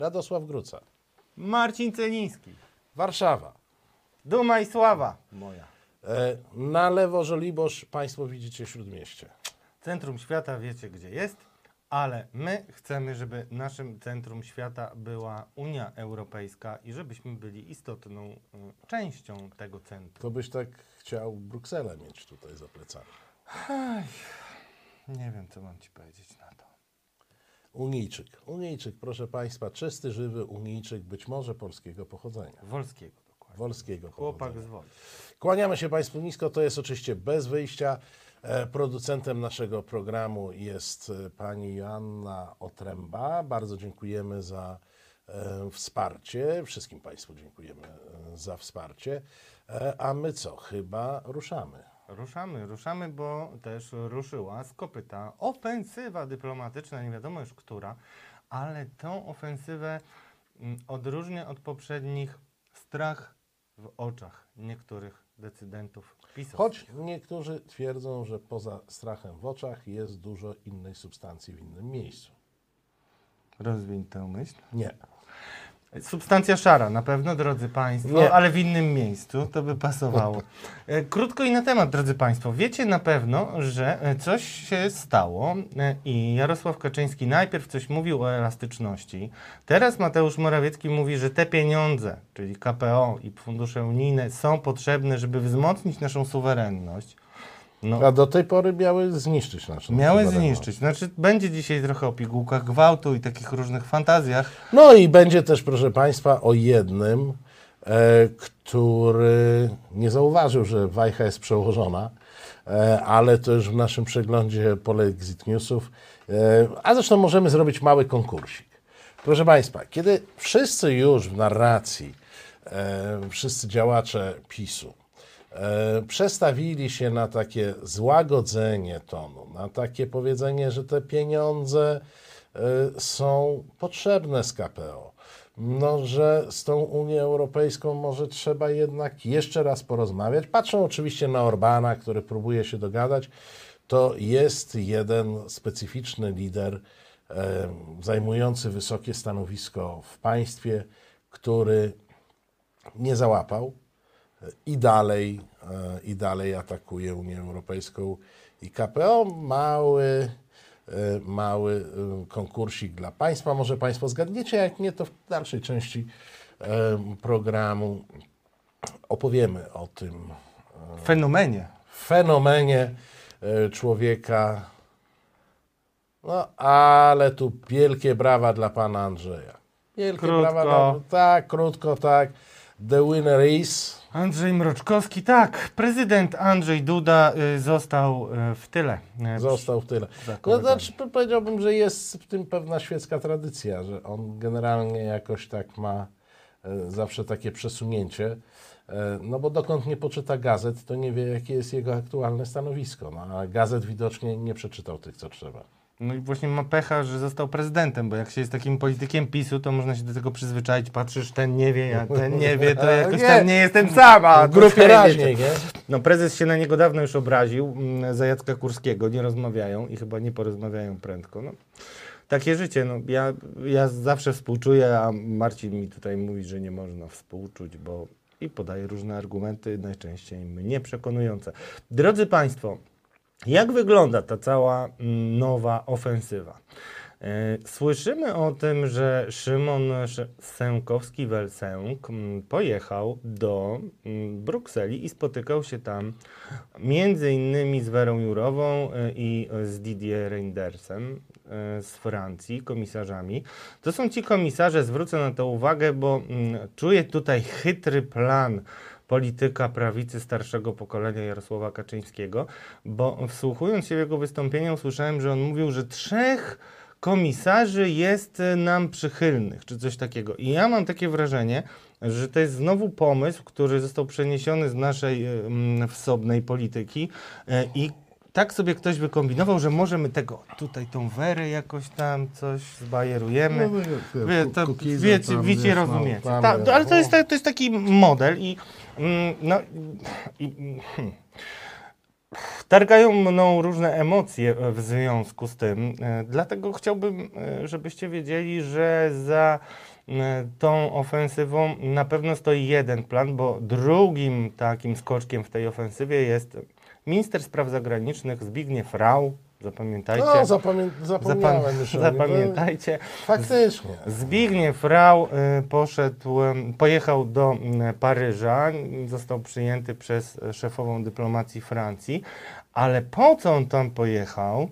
Radosław Gruca. Marcin Celiński. Warszawa. Duma i sława moja. Na lewo Żoliborz Państwo widzicie Śródmieście. Centrum świata wiecie gdzie jest, ale my chcemy, żeby naszym centrum świata była Unia Europejska i żebyśmy byli istotną częścią tego centrum. To byś tak chciał Brukselę mieć tutaj za plecami. Nie wiem, co mam Ci powiedzieć na to. Unijczyk, proszę Państwa, czysty, żywy Unijczyk, być może polskiego pochodzenia. Wolskiego dokładnie. Wolskiego Chłopak pochodzenia. z Woli. Kłaniamy się Państwu nisko, to jest oczywiście bez wyjścia. Producentem naszego programu jest pani Joanna Otręba. Bardzo dziękujemy za wsparcie. Wszystkim Państwu dziękujemy za wsparcie. A my co? Chyba ruszamy. Ruszamy, bo też ruszyła z kopyta ofensywa dyplomatyczna, nie wiadomo już która, ale tą ofensywę odróżnia od poprzednich strach w oczach niektórych decydentów PiS-owskich. Choć niektórzy twierdzą, że poza strachem w oczach jest dużo innej substancji w innym miejscu. Rozwiń tę myśl. Nie. Substancja szara, na pewno, drodzy Państwo, Nie. ale w innym miejscu, to by pasowało. Krótko i na temat, drodzy Państwo. Wiecie na pewno, że coś się stało i Jarosław Kaczyński najpierw coś mówił o elastyczności. Teraz Mateusz Morawiecki mówi, że te pieniądze, czyli KPO i fundusze unijne są potrzebne, żeby wzmocnić naszą suwerenność. No. A do tej pory miały zniszczyć naszą Miały suwerenność. zniszczyć. Znaczy, będzie dzisiaj trochę o pigułkach gwałtu i takich różnych fantazjach. No i będzie też, proszę Państwa, o jednym, który nie zauważył, że wajcha jest przełożona, ale to już w naszym przeglądzie Polexit Newsów. A zresztą możemy zrobić mały konkursik. Proszę Państwa, kiedy wszyscy już w narracji, wszyscy działacze PiS-u, przestawili się na takie złagodzenie tonu, na takie powiedzenie, że te pieniądze są potrzebne z KPO, no, że z tą Unią Europejską może trzeba jednak jeszcze raz porozmawiać. Patrzą oczywiście na Orbana, który próbuje się dogadać. To jest jeden specyficzny lider zajmujący wysokie stanowisko w państwie, który nie załapał i dalej atakuje Unię Europejską i KPO. Mały konkursik dla Państwa. Może Państwo zgadniecie, jak nie, to w dalszej części programu opowiemy o tym fenomenie człowieka. No, ale tu wielkie brawa dla pana Andrzeja. Wielkie brawa. Tak, krótko, tak. The winner is... Andrzej Mroczkowski, tak, prezydent Andrzej Duda został w tyle. Został w tyle. No, znaczy, powiedziałbym, że jest w tym pewna świecka tradycja, że on generalnie jakoś tak ma zawsze takie przesunięcie, no bo dokąd nie poczyta gazet, to nie wie, jakie jest jego aktualne stanowisko. No, a gazet widocznie nie przeczytał tych, co trzeba. No i właśnie ma pecha, że został prezydentem, bo jak się jest takim politykiem PiS-u, to można się do tego przyzwyczaić. Patrzysz, ten nie wie, a ten nie wie, to jakoś tam nie jest ten sam. A w grupie raźniej, nie? No prezes się na niego dawno już obraził, za Jacka Kurskiego, nie rozmawiają i chyba nie porozmawiają prędko. No, takie życie, no ja zawsze współczuję, a Marcin mi tutaj mówi, że nie można współczuć, bo i podaje różne argumenty, najczęściej mnie przekonujące. Drodzy Państwo, jak wygląda ta cała nowa ofensywa? Słyszymy o tym, że Szymon Sękowski-Welsenk pojechał do Brukseli i spotykał się tam między innymi z Werą Jourową i z Didier Reynders,em z Francji, komisarzami. To są ci komisarze, zwrócę na to uwagę, bo czuję tutaj chytry plan polityka prawicy starszego pokolenia Jarosława Kaczyńskiego, bo wsłuchując się w jego wystąpienia usłyszałem, że on mówił, że 3 komisarzy jest nam przychylnych, czy coś takiego. I ja mam takie wrażenie, że to jest znowu pomysł, który został przeniesiony z naszej wsobnej polityki i tak sobie ktoś wykombinował, że możemy tą Werę jakoś tam coś zbajerujemy. Wiecie, rozumiecie. Ale to jest taki model i targają mną różne emocje w związku z tym. Dlatego chciałbym, żebyście wiedzieli, że za tą ofensywą na pewno stoi jeden plan, bo drugim takim skoczkiem w tej ofensywie jest minister spraw zagranicznych Zbigniew Rau. Zapamiętajcie. No, zapomniałem już o nim. Zapamiętajcie. Faktycznie. Zbigniew Rau pojechał do Paryża, został przyjęty przez szefową dyplomacji Francji, ale po co on tam pojechał,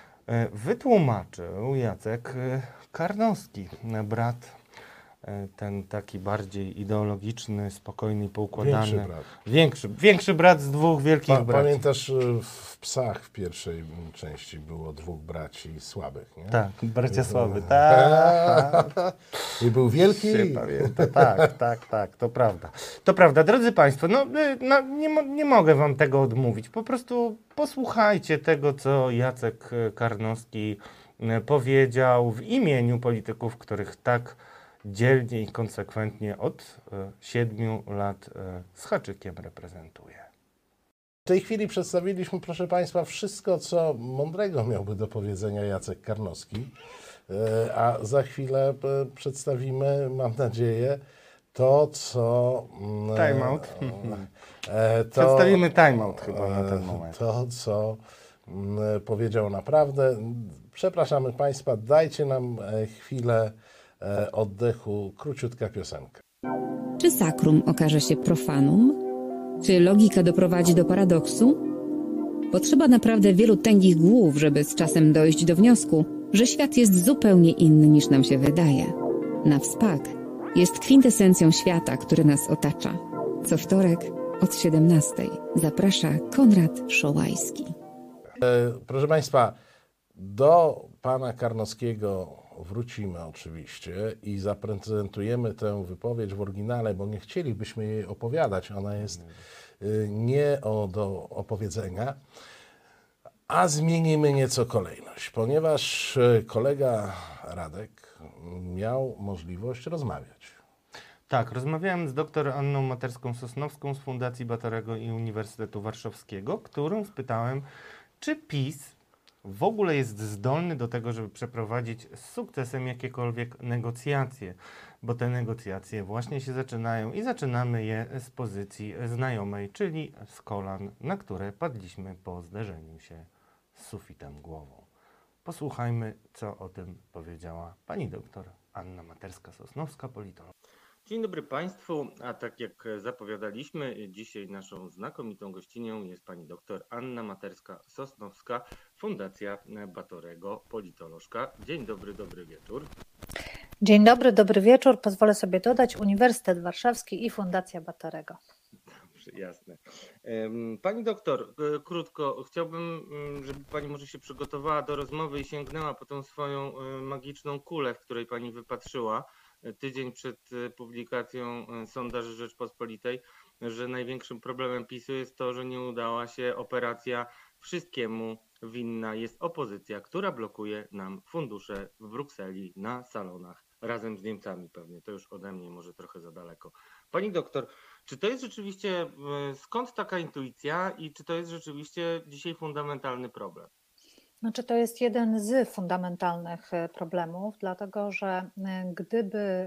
wytłumaczył Jacek Karnowski, brat, ten taki bardziej ideologiczny, spokojny, poukładany. Większy brat. Większy brat z dwóch wielkich braci. Pamiętasz, w Psach w pierwszej części było dwóch braci słabych, nie? Tak, bracia słaby, tak. I był wielki. Się pamięta. Tak, to prawda. To prawda. Drodzy Państwo, nie mogę Wam tego odmówić. Po prostu posłuchajcie tego, co Jacek Karnowski powiedział w imieniu polityków, których tak dzielnie i konsekwentnie od 7 lat z haczykiem reprezentuje. W tej chwili przedstawiliśmy, proszę Państwa, wszystko, co mądrego miałby do powiedzenia Jacek Karnowski, a za chwilę przedstawimy, mam nadzieję, to, co... Timeout. Przedstawimy timeout chyba na ten moment. To, co powiedział naprawdę. Przepraszamy Państwa, dajcie nam chwilę oddechu, króciutka piosenka. Czy sakrum okaże się profanum? Czy logika doprowadzi do paradoksu? Potrzeba naprawdę wielu tęgich głów, żeby z czasem dojść do wniosku, że świat jest zupełnie inny niż nam się wydaje. Na wspak jest kwintesencją świata, który nas otacza. Co wtorek od 17 zaprasza Konrad Szołajski. Proszę Państwa, do pana Karnowskiego wrócimy oczywiście i zaprezentujemy tę wypowiedź w oryginale, bo nie chcielibyśmy jej opowiadać. Ona jest nie do opowiedzenia, a zmienimy nieco kolejność, ponieważ kolega Radek miał możliwość rozmawiać. Tak, rozmawiałem z dr Anną Materską-Sosnowską z Fundacji Batorego i Uniwersytetu Warszawskiego, którą spytałem, czy PiS w ogóle jest zdolny do tego, żeby przeprowadzić z sukcesem jakiekolwiek negocjacje, bo te negocjacje właśnie się zaczynają i zaczynamy je z pozycji znajomej, czyli z kolan, na które padliśmy po zderzeniu się z sufitem głową. Posłuchajmy, co o tym powiedziała pani doktor Anna Materska-Sosnowska, politolog. Dzień dobry Państwu, a tak jak zapowiadaliśmy, dzisiaj naszą znakomitą gościnią jest pani doktor Anna Materska-Sosnowska, Fundacja Batorego, politolożka. Dzień dobry, dobry wieczór. Dzień dobry, dobry wieczór. Pozwolę sobie dodać Uniwersytet Warszawski i Fundacja Batorego. Dobrze, jasne. Pani doktor, krótko, chciałbym, żeby pani może się przygotowała do rozmowy i sięgnęła po tą swoją magiczną kulę, w której pani wypatrzyła tydzień przed publikacją sondaży Rzeczpospolitej, że największym problemem PiS-u jest to, że nie udała się operacja wszystkiemu winna jest opozycja, która blokuje nam fundusze w Brukseli na salonach razem z Niemcami pewnie. To już ode mnie może trochę za daleko. Pani doktor, czy to jest rzeczywiście, skąd taka intuicja i czy to jest rzeczywiście dzisiaj fundamentalny problem? Znaczy, to jest jeden z fundamentalnych problemów, dlatego że gdyby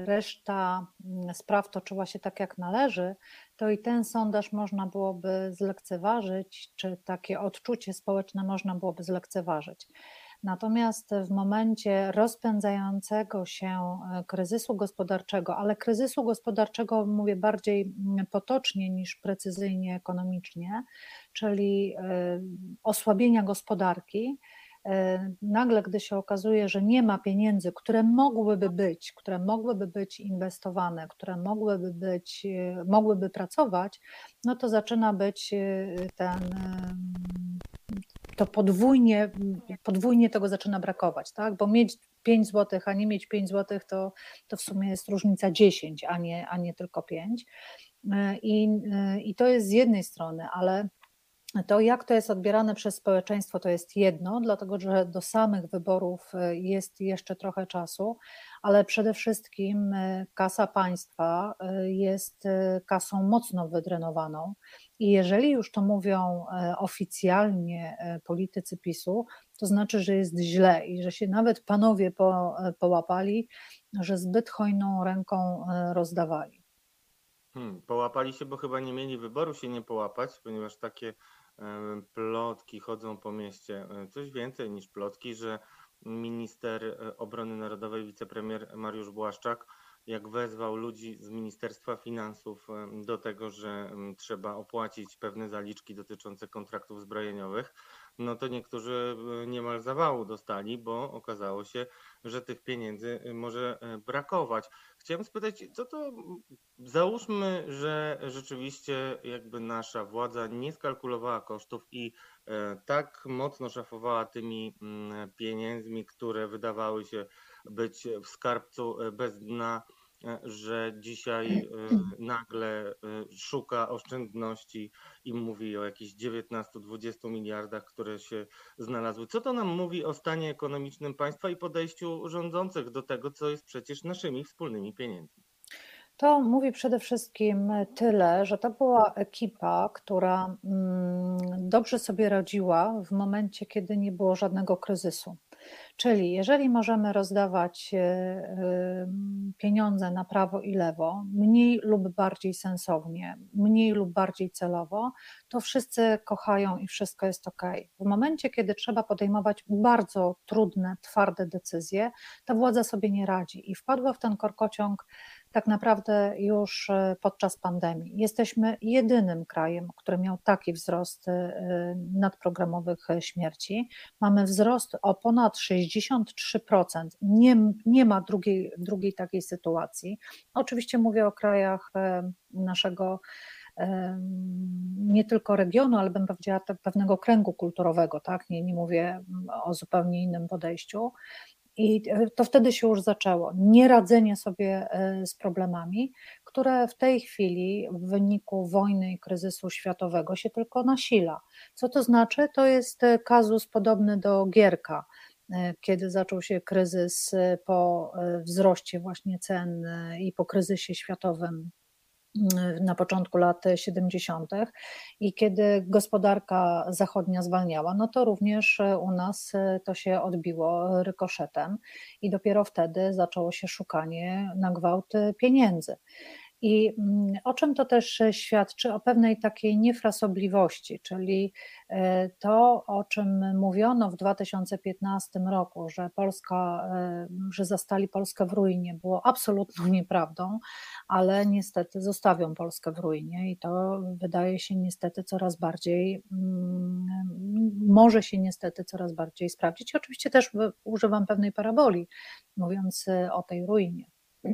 reszta spraw toczyła się tak jak należy, to i ten sondaż można byłoby zlekceważyć, czy takie odczucie społeczne można byłoby zlekceważyć. Natomiast w momencie rozpędzającego się kryzysu gospodarczego, ale kryzysu gospodarczego mówię bardziej potocznie niż precyzyjnie ekonomicznie, czyli osłabienia gospodarki, nagle gdy się okazuje, że nie ma pieniędzy, które mogłyby być inwestowane, które mogłyby pracować, no to zaczyna być to podwójnie tego zaczyna brakować, tak? Bo mieć 5 zł, a nie mieć 5 zł, to w sumie jest różnica 10, a nie tylko 5. I to jest z jednej strony, ale to, jak to jest odbierane przez społeczeństwo, to jest jedno, dlatego że do samych wyborów jest jeszcze trochę czasu, ale przede wszystkim kasa państwa jest kasą mocno wydrenowaną i jeżeli już to mówią oficjalnie politycy PiS-u, to znaczy, że jest źle i że się nawet panowie połapali, że zbyt hojną ręką rozdawali. Połapali się, bo chyba nie mieli wyboru się nie połapać, ponieważ takie plotki chodzą po mieście. Coś więcej niż plotki, że minister obrony narodowej, wicepremier Mariusz Błaszczak, jak wezwał ludzi z Ministerstwa Finansów do tego, że trzeba opłacić pewne zaliczki dotyczące kontraktów zbrojeniowych, no to niektórzy niemal zawału dostali, bo okazało się, że tych pieniędzy może brakować. Chciałem spytać, co to, załóżmy, że rzeczywiście jakby nasza władza nie skalkulowała kosztów i tak mocno szafowała tymi pieniędzmi, które wydawały się być w skarbcu bez dna, że dzisiaj nagle szuka oszczędności i mówi o jakichś 19-20 miliardach, które się znalazły. Co to nam mówi o stanie ekonomicznym państwa i podejściu rządzących do tego, co jest przecież naszymi wspólnymi pieniędzmi? To mówi przede wszystkim tyle, że to była ekipa, która dobrze sobie radziła w momencie, kiedy nie było żadnego kryzysu. Czyli jeżeli możemy rozdawać pieniądze na prawo i lewo, mniej lub bardziej sensownie, mniej lub bardziej celowo, to wszyscy kochają i wszystko jest ok. W momencie, kiedy trzeba podejmować bardzo trudne, twarde decyzje, ta władza sobie nie radzi i wpadła w ten korkociąg tak naprawdę już podczas pandemii. Jesteśmy jedynym krajem, który miał taki wzrost nadprogramowych śmierci. Mamy wzrost o ponad 63%. Nie ma drugiej takiej sytuacji. Oczywiście mówię o krajach naszego nie tylko regionu, ale bym powiedziała pewnego kręgu kulturowego, tak? Nie mówię o zupełnie innym podejściu. I to wtedy się już zaczęło. Nieradzenie sobie z problemami, które w tej chwili w wyniku wojny i kryzysu światowego się tylko nasila. Co to znaczy? To jest kazus podobny do Gierka, kiedy zaczął się kryzys po wzroście właśnie cen i po kryzysie światowym na początku lat 70. i kiedy gospodarka zachodnia zwalniała, no to również u nas to się odbiło rykoszetem i dopiero wtedy zaczęło się szukanie na gwałt pieniędzy. I o czym to też świadczy? O pewnej takiej niefrasobliwości, czyli to, o czym mówiono w 2015 roku, że że zastali Polskę w ruinie, było absolutną nieprawdą, ale niestety zostawią Polskę w ruinie i to wydaje się niestety coraz bardziej, może się niestety coraz bardziej sprawdzić. Oczywiście też używam pewnej paraboli, mówiąc o tej ruinie.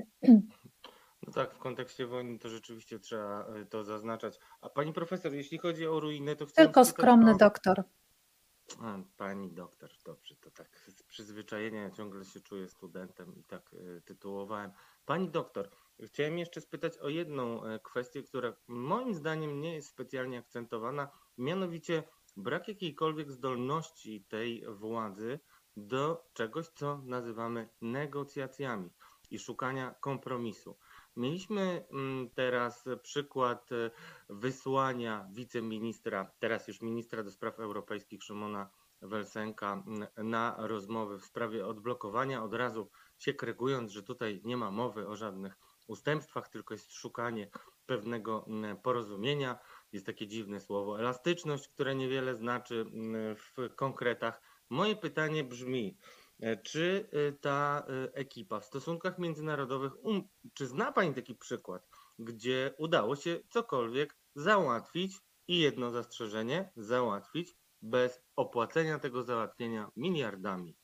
No tak, w kontekście wojny to rzeczywiście trzeba to zaznaczać. A pani profesor, jeśli chodzi o ruinę, to chciałem Tylko spytać skromny o... doktor. Pani doktor, dobrze, to tak z przyzwyczajenia ja ciągle się czuję studentem i tak tytułowałem. Pani doktor, chciałem jeszcze spytać o jedną kwestię, która moim zdaniem nie jest specjalnie akcentowana, mianowicie brak jakiejkolwiek zdolności tej władzy do czegoś, co nazywamy negocjacjami i szukania kompromisu. Mieliśmy teraz przykład wysłania wiceministra, teraz już ministra do spraw europejskich Szymona Welsenka na rozmowy w sprawie odblokowania, od razu się krygując, że tutaj nie ma mowy o żadnych ustępstwach, tylko jest szukanie pewnego porozumienia. Jest takie dziwne słowo elastyczność, które niewiele znaczy w konkretach. Moje pytanie brzmi, czy ta ekipa w stosunkach międzynarodowych, czy zna Pani taki przykład, gdzie udało się cokolwiek załatwić i jedno zastrzeżenie, załatwić bez opłacenia tego załatwienia miliardami?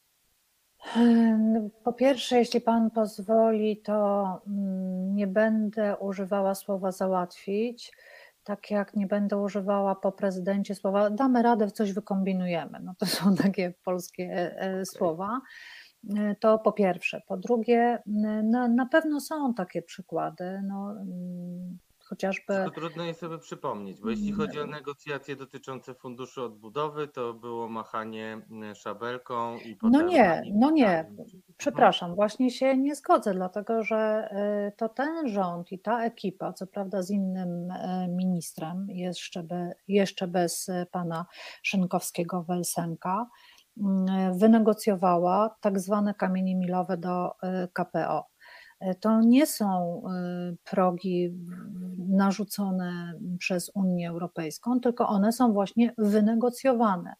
Po pierwsze, jeśli pan pozwoli, to nie będę używała słowa załatwić, tak jak nie będę używała po prezydencie słowa damy radę, coś wykombinujemy. No to są takie polskie słowa. To po pierwsze. Po drugie, na pewno są takie przykłady. No, chociażby. Tylko trudno je sobie przypomnieć, bo jeśli chodzi o negocjacje dotyczące funduszu odbudowy, to było machanie szabelką i potem... No nie, przepraszam, właśnie się nie zgodzę, dlatego że to ten rząd i ta ekipa, co prawda z innym ministrem, jeszcze bez pana Szynkowskiego-Welsenka, wynegocjowała tak zwane kamienie milowe do KPO. To nie są progi narzucone przez Unię Europejską, tylko one są właśnie wynegocjowane.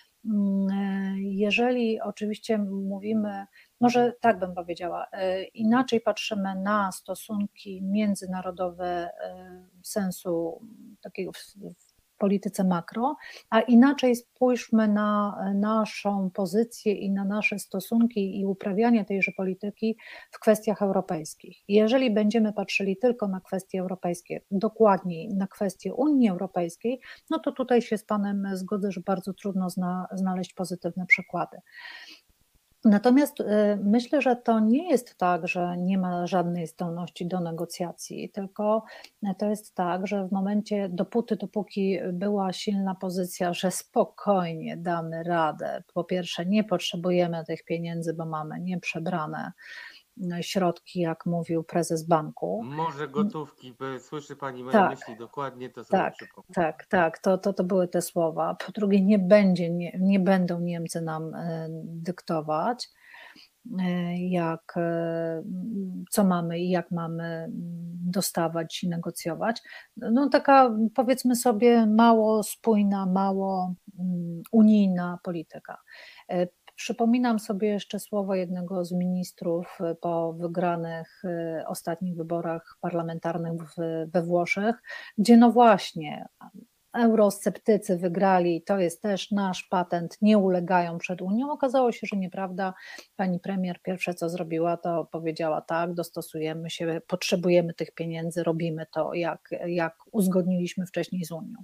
Jeżeli oczywiście mówimy, może tak bym powiedziała, inaczej patrzymy na stosunki międzynarodowe w sensu takiego w polityce makro, a inaczej spójrzmy na naszą pozycję i na nasze stosunki i uprawianie tejże polityki w kwestiach europejskich. Jeżeli będziemy patrzyli tylko na kwestie europejskie, dokładniej na kwestie Unii Europejskiej, no to tutaj się z Panem zgodzę, że bardzo trudno znaleźć pozytywne przykłady. Natomiast myślę, że to nie jest tak, że nie ma żadnej zdolności do negocjacji, tylko to jest tak, że w momencie, dopóki była silna pozycja, że spokojnie damy radę, po pierwsze nie potrzebujemy tych pieniędzy, bo mamy nieprzebrane środki, jak mówił prezes banku. Może gotówki, bo słyszy Pani moje Tak, myśli dokładnie, to sobie przypomnę. tak, to były te słowa. Po drugie, nie będą Niemcy nam dyktować, co mamy i jak mamy dostawać i negocjować. No taka, powiedzmy sobie, mało spójna, mało unijna polityka. Przypominam sobie jeszcze słowa jednego z ministrów po wygranych ostatnich wyborach parlamentarnych we Włoszech, gdzie no właśnie eurosceptycy wygrali, to jest też nasz patent, nie ulegają przed Unią. Okazało się, że nieprawda. Pani premier pierwsze co zrobiła, to powiedziała tak, dostosujemy się, potrzebujemy tych pieniędzy, robimy to, jak uzgodniliśmy wcześniej z Unią.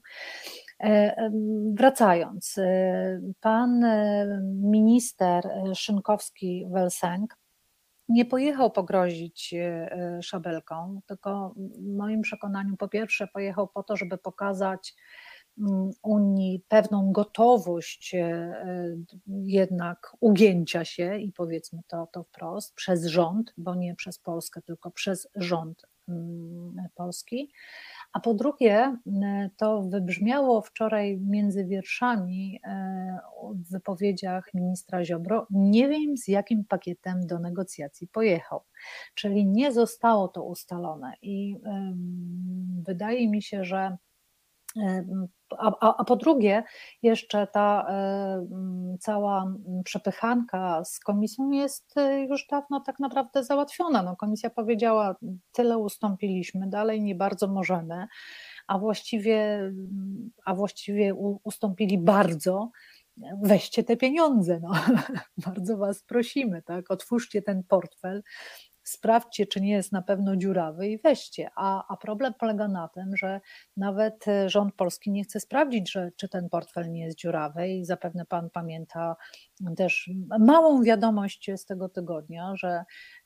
Wracając, pan minister Szynkowski-Welsenk nie pojechał pogrozić szabelką, tylko w moim przekonaniu po pierwsze pojechał po to, żeby pokazać Unii pewną gotowość jednak ugięcia się i powiedzmy to wprost, przez rząd, bo nie przez Polskę, tylko przez rząd polski. A po drugie, to wybrzmiało wczoraj między wierszami w wypowiedziach ministra Ziobro, nie wiem z jakim pakietem do negocjacji pojechał, czyli nie zostało to ustalone i wydaje mi się, że a po drugie, jeszcze ta cała przepychanka z komisją jest już dawno tak naprawdę załatwiona. No, komisja powiedziała, tyle ustąpiliśmy, dalej nie bardzo możemy, a właściwie ustąpili bardzo. Weźcie te pieniądze, no. Bardzo was prosimy, tak? Otwórzcie ten portfel, sprawdźcie, czy nie jest na pewno dziurawy i weźcie. A problem polega na tym, że nawet rząd polski nie chce sprawdzić, czy ten portfel nie jest dziurawy i zapewne pan pamięta też małą wiadomość z tego tygodnia, że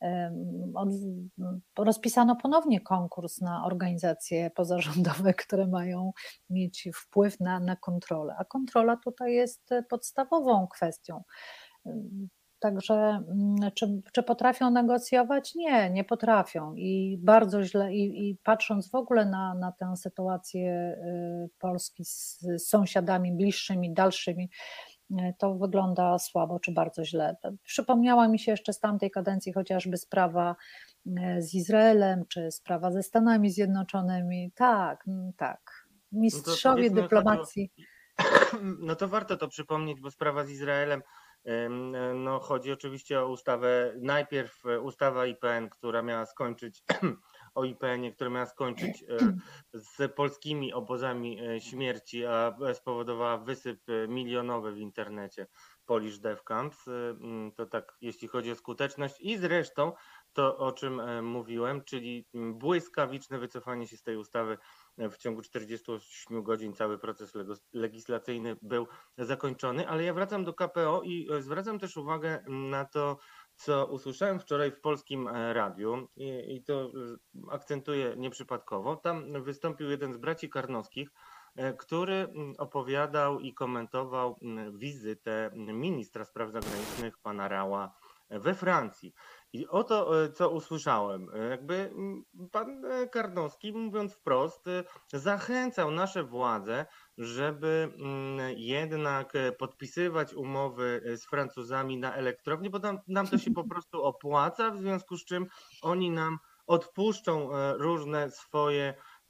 rozpisano ponownie konkurs na organizacje pozarządowe, które mają mieć wpływ na kontrolę, a kontrola tutaj jest podstawową kwestią. Także czy potrafią negocjować? Nie potrafią i bardzo źle i patrząc w ogóle na tę sytuację Polski z sąsiadami bliższymi, dalszymi, to wygląda słabo czy bardzo źle. Przypomniała mi się jeszcze z tamtej kadencji chociażby sprawa z Izraelem, czy sprawa ze Stanami Zjednoczonymi. Tak. Mistrzowie dyplomacji. No to warto to przypomnieć, bo sprawa z Izraelem, no chodzi oczywiście o ustawę, najpierw ustawa IPN, która miała skończyć, o IPN-ie, która miała skończyć z polskimi obozami śmierci, a spowodowała wysyp milionowy w internecie Polish Death Camps, to tak jeśli chodzi o skuteczność i zresztą to, o czym mówiłem, czyli błyskawiczne wycofanie się z tej ustawy w ciągu 48 godzin, cały proces legislacyjny był zakończony, ale ja wracam do KPO i zwracam też uwagę na to, co usłyszałem wczoraj w Polskim Radiu i to akcentuję nieprzypadkowo. Tam wystąpił jeden z braci Karnowskich, który opowiadał i komentował wizytę ministra spraw zagranicznych pana Rała we Francji. I oto, co usłyszałem. Jakby pan Karnowski, mówiąc wprost, zachęcał nasze władze, żeby jednak podpisywać umowy z Francuzami na elektrownię, bo nam to się po prostu opłaca, w związku z czym oni nam odpuszczą różne swoje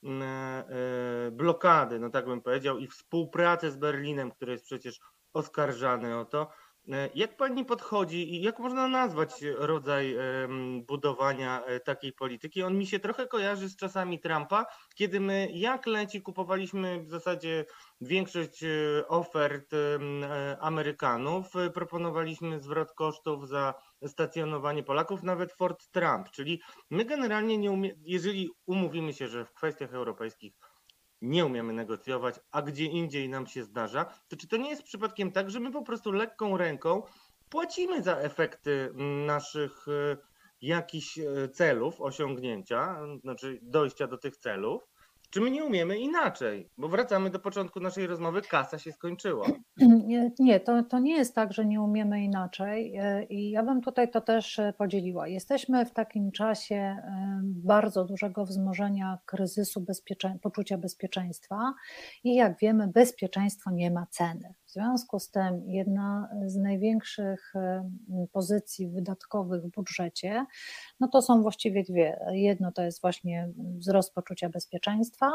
blokady, no tak bym powiedział, i współpracę z Berlinem, który jest przecież oskarżany o to. Jak pani podchodzi i jak można nazwać rodzaj budowania takiej polityki? On mi się trochę kojarzy z czasami Trumpa, kiedy my jak leci kupowaliśmy w zasadzie większość ofert Amerykanów, proponowaliśmy zwrot kosztów za stacjonowanie Polaków, nawet Fort Trump, czyli my generalnie jeżeli umówimy się, że w kwestiach europejskich nie umiemy negocjować, a gdzie indziej nam się zdarza, to czy to nie jest przypadkiem tak, że my po prostu lekką ręką płacimy za efekty naszych jakichś celów, osiągnięcia, znaczy dojścia do tych celów, czy my nie umiemy inaczej? Bo wracamy do początku naszej rozmowy, kasa się skończyła. Nie, to nie jest tak, że nie umiemy inaczej i ja bym tutaj to też podzieliła. Jesteśmy w takim czasie bardzo dużego wzmożenia kryzysu poczucia bezpieczeństwa i jak wiemy, bezpieczeństwo nie ma ceny. W związku z tym jedna z największych pozycji wydatkowych w budżecie, no to są właściwie dwie. Jedno to jest właśnie wzrost poczucia bezpieczeństwa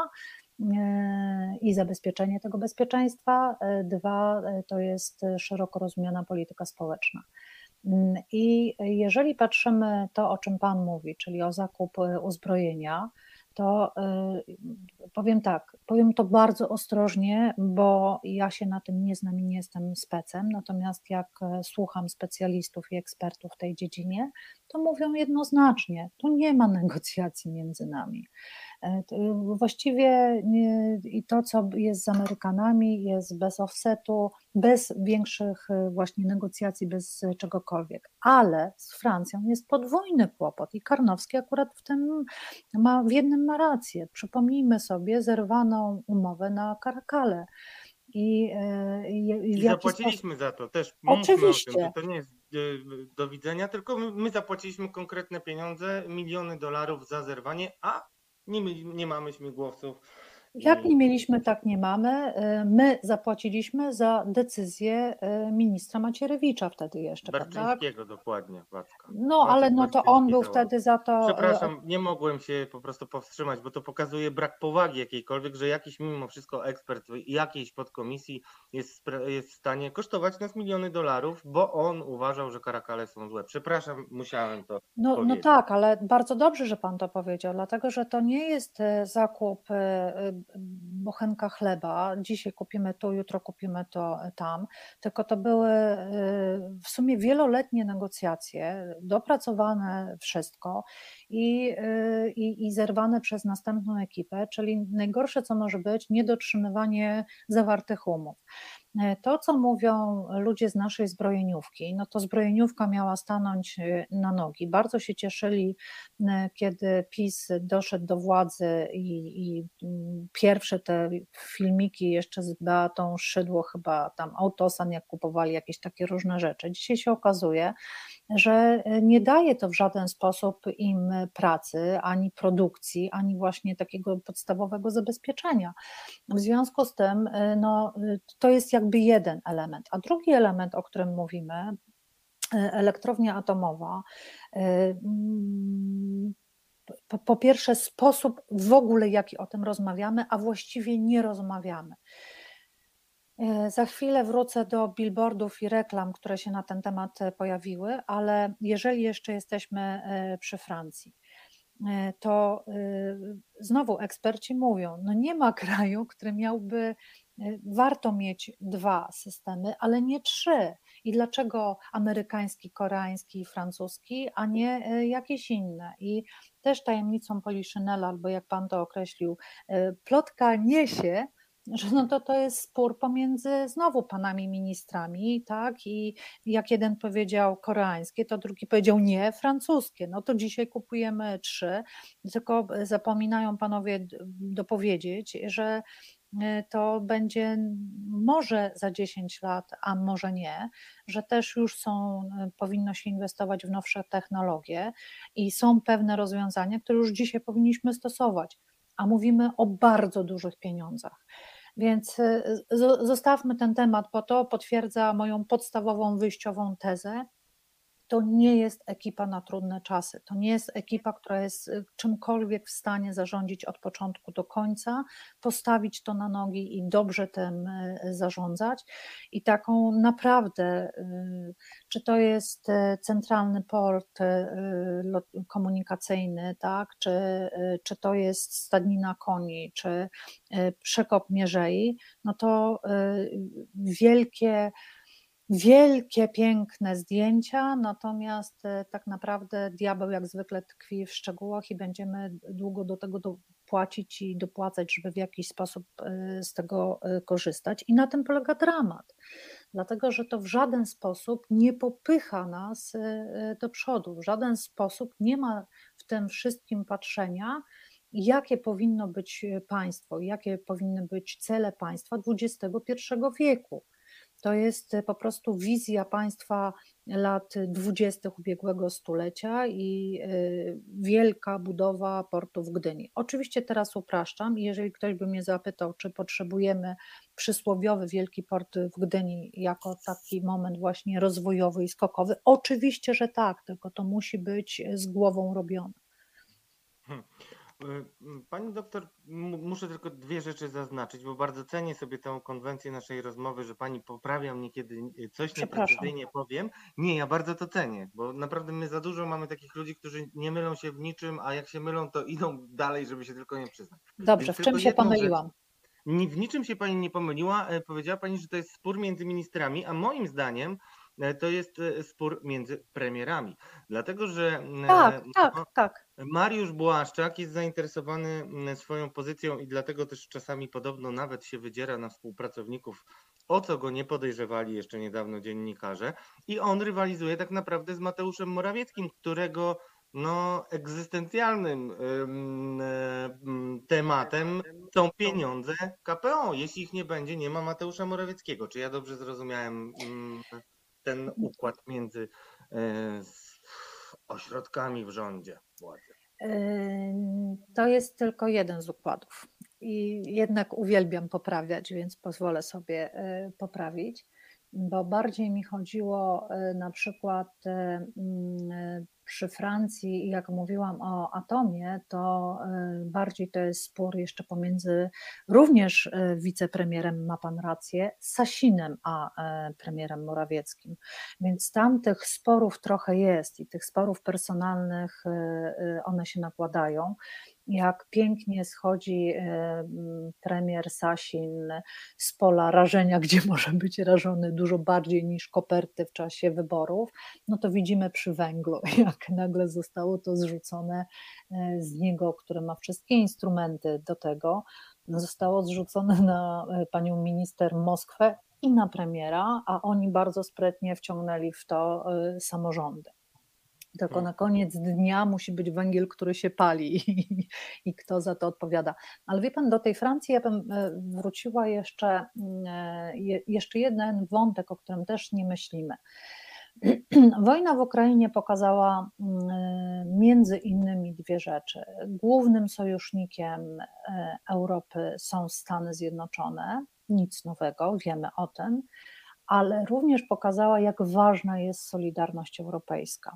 i zabezpieczenie tego bezpieczeństwa. Dwa, to jest szeroko rozumiana polityka społeczna. I jeżeli patrzymy to, o czym Pan mówi, czyli o zakup uzbrojenia, to powiem tak, powiem to bardzo ostrożnie, bo ja się na tym nie znam i nie jestem specem, natomiast jak słucham specjalistów i ekspertów w tej dziedzinie, to mówią jednoznacznie, tu nie ma negocjacji między nami. Właściwie i to, co jest z Amerykanami, jest bez offsetu, bez większych właśnie negocjacji, bez czegokolwiek. Ale z Francją jest podwójny kłopot i Karnowski akurat w jednym ma rację. Przypomnijmy sobie zerwaną umowę na Caracale. I zapłaciliśmy za to też. Oczywiście. O tym, że to nie jest do widzenia, tylko my zapłaciliśmy konkretne pieniądze, miliony dolarów za zerwanie, a nie mamy śmigłowców. Jak nie mieliśmy, tak nie mamy. My zapłaciliśmy za decyzję ministra Macierewicza wtedy jeszcze, Barczyńskiego, prawda? dokładnie, Wacka. No, ale no to on był wtedy za to... Przepraszam, nie mogłem się po prostu powstrzymać, bo to pokazuje brak powagi jakiejkolwiek, że jakiś mimo wszystko ekspert jakiejś podkomisji jest w stanie kosztować nas miliony dolarów, bo on uważał, że Caracale są złe. Przepraszam, musiałem to powiedzieć. No tak, ale bardzo dobrze, że Pan to powiedział, dlatego że to nie jest zakup bochenka chleba, dzisiaj kupimy tu, jutro kupimy to tam, tylko to były w sumie wieloletnie negocjacje, dopracowane wszystko i zerwane przez następną ekipę, czyli najgorsze, co może być, niedotrzymywanie zawartych umów. To, co mówią ludzie z naszej zbrojeniówki, no to zbrojeniówka miała stanąć na nogi. Bardzo się cieszyli, kiedy PiS doszedł do władzy i pierwsze te filmiki jeszcze z Beatą Szydło, chyba tam Autosan, jak kupowali jakieś takie różne rzeczy. Dzisiaj się okazuje, że nie daje to w żaden sposób im pracy, ani produkcji, ani właśnie takiego podstawowego zabezpieczenia. W związku z tym no, to jest jakby jeden element. A drugi element, o którym mówimy, elektrownia atomowa, po pierwsze sposób w ogóle, jaki o tym rozmawiamy, a właściwie nie rozmawiamy. Za chwilę wrócę do billboardów i reklam, które się na ten temat pojawiły, ale jeżeli jeszcze jesteśmy przy Francji, to znowu eksperci mówią, no nie ma kraju, który miałby, warto mieć 2 systemy, ale nie 3. I dlaczego amerykański, koreański i francuski, a nie jakieś inne? I też tajemnicą Poliszynela, albo jak pan to określił, plotka niesie, że no to jest spór pomiędzy znowu panami ministrami, tak? I jak jeden powiedział koreańskie, to drugi powiedział nie, francuskie. No to dzisiaj kupujemy 3, tylko zapominają panowie dopowiedzieć, że to będzie może za 10 lat, a może nie, że też już powinno się inwestować w nowsze technologie i są pewne rozwiązania, które już dzisiaj powinniśmy stosować, a mówimy o bardzo dużych pieniądzach. Więc zostawmy ten temat, bo to potwierdza moją podstawową wyjściową tezę. To nie jest ekipa na trudne czasy. To nie jest ekipa, która jest czymkolwiek w stanie zarządzić od początku do końca, postawić to na nogi i dobrze tym zarządzać. I taką naprawdę, czy to jest centralny port komunikacyjny, tak, czy to jest stadnina koni, czy przekop mierzei, no to wielkie, piękne zdjęcia, natomiast tak naprawdę diabeł jak zwykle tkwi w szczegółach i będziemy długo do tego płacić i dopłacać, żeby w jakiś sposób z tego korzystać. I na tym polega dramat, dlatego że to w żaden sposób nie popycha nas do przodu, w żaden sposób nie ma w tym wszystkim patrzenia, jakie powinno być państwo, jakie powinny być cele państwa XXI wieku. To jest po prostu wizja państwa lat 20. ubiegłego stulecia i wielka budowa portu w Gdyni. Oczywiście teraz upraszczam i jeżeli ktoś by mnie zapytał, czy potrzebujemy przysłowiowy wielki port w Gdyni jako taki moment właśnie rozwojowy i skokowy, oczywiście, że tak, tylko to musi być z głową robione. Pani doktor, muszę tylko dwie rzeczy zaznaczyć, bo bardzo cenię sobie tę konwencję naszej rozmowy, że pani poprawia mnie, kiedy coś nieprecyzyjnie powiem. Nie, ja bardzo to cenię, bo naprawdę my za dużo mamy takich ludzi, którzy nie mylą się w niczym, a jak się mylą, to idą dalej, żeby się tylko nie przyznać. Dobrze, Więc w czym się pomyliłam? W niczym się pani nie pomyliła. Powiedziała pani, że to jest spór między ministrami, a moim zdaniem to jest spór między premierami. Dlatego, że Tak. Mariusz Błaszczak jest zainteresowany swoją pozycją i dlatego też czasami podobno nawet się wydziera na współpracowników, o co go nie podejrzewali jeszcze niedawno dziennikarze. I on rywalizuje tak naprawdę z Mateuszem Morawieckim, którego egzystencjalnym tematem są pieniądze KPO. Jeśli ich nie będzie, nie ma Mateusza Morawieckiego. Czy ja dobrze zrozumiałem ten układ między ośrodkami w rządzie władzy? To jest tylko jeden z układów i jednak uwielbiam poprawiać, więc pozwolę sobie poprawić, bo bardziej mi chodziło na przykład przy Francji, jak mówiłam o atomie, to bardziej to jest spór jeszcze pomiędzy również wicepremierem, ma pan rację, Sasinem, a premierem Morawieckim. Więc tam tych sporów trochę jest i tych sporów personalnych one się nakładają. Jak pięknie schodzi premier Sasin z pola rażenia, gdzie może być rażony dużo bardziej niż koperty w czasie wyborów, no to widzimy przy węglu, jak nagle zostało to zrzucone z niego, który ma wszystkie instrumenty do tego, zostało zrzucone na panią minister Moskwę i na premiera, a oni bardzo sprytnie wciągnęli w to samorządy. Tylko na koniec dnia musi być węgiel, który się pali i kto za to odpowiada. Ale wie pan, do tej Francji ja bym wróciła jeszcze jeden wątek, o którym też nie myślimy. Wojna w Ukrainie pokazała między innymi dwie rzeczy. Głównym sojusznikiem Europy są Stany Zjednoczone, nic nowego, wiemy o tym, ale również pokazała, jak ważna jest solidarność europejska.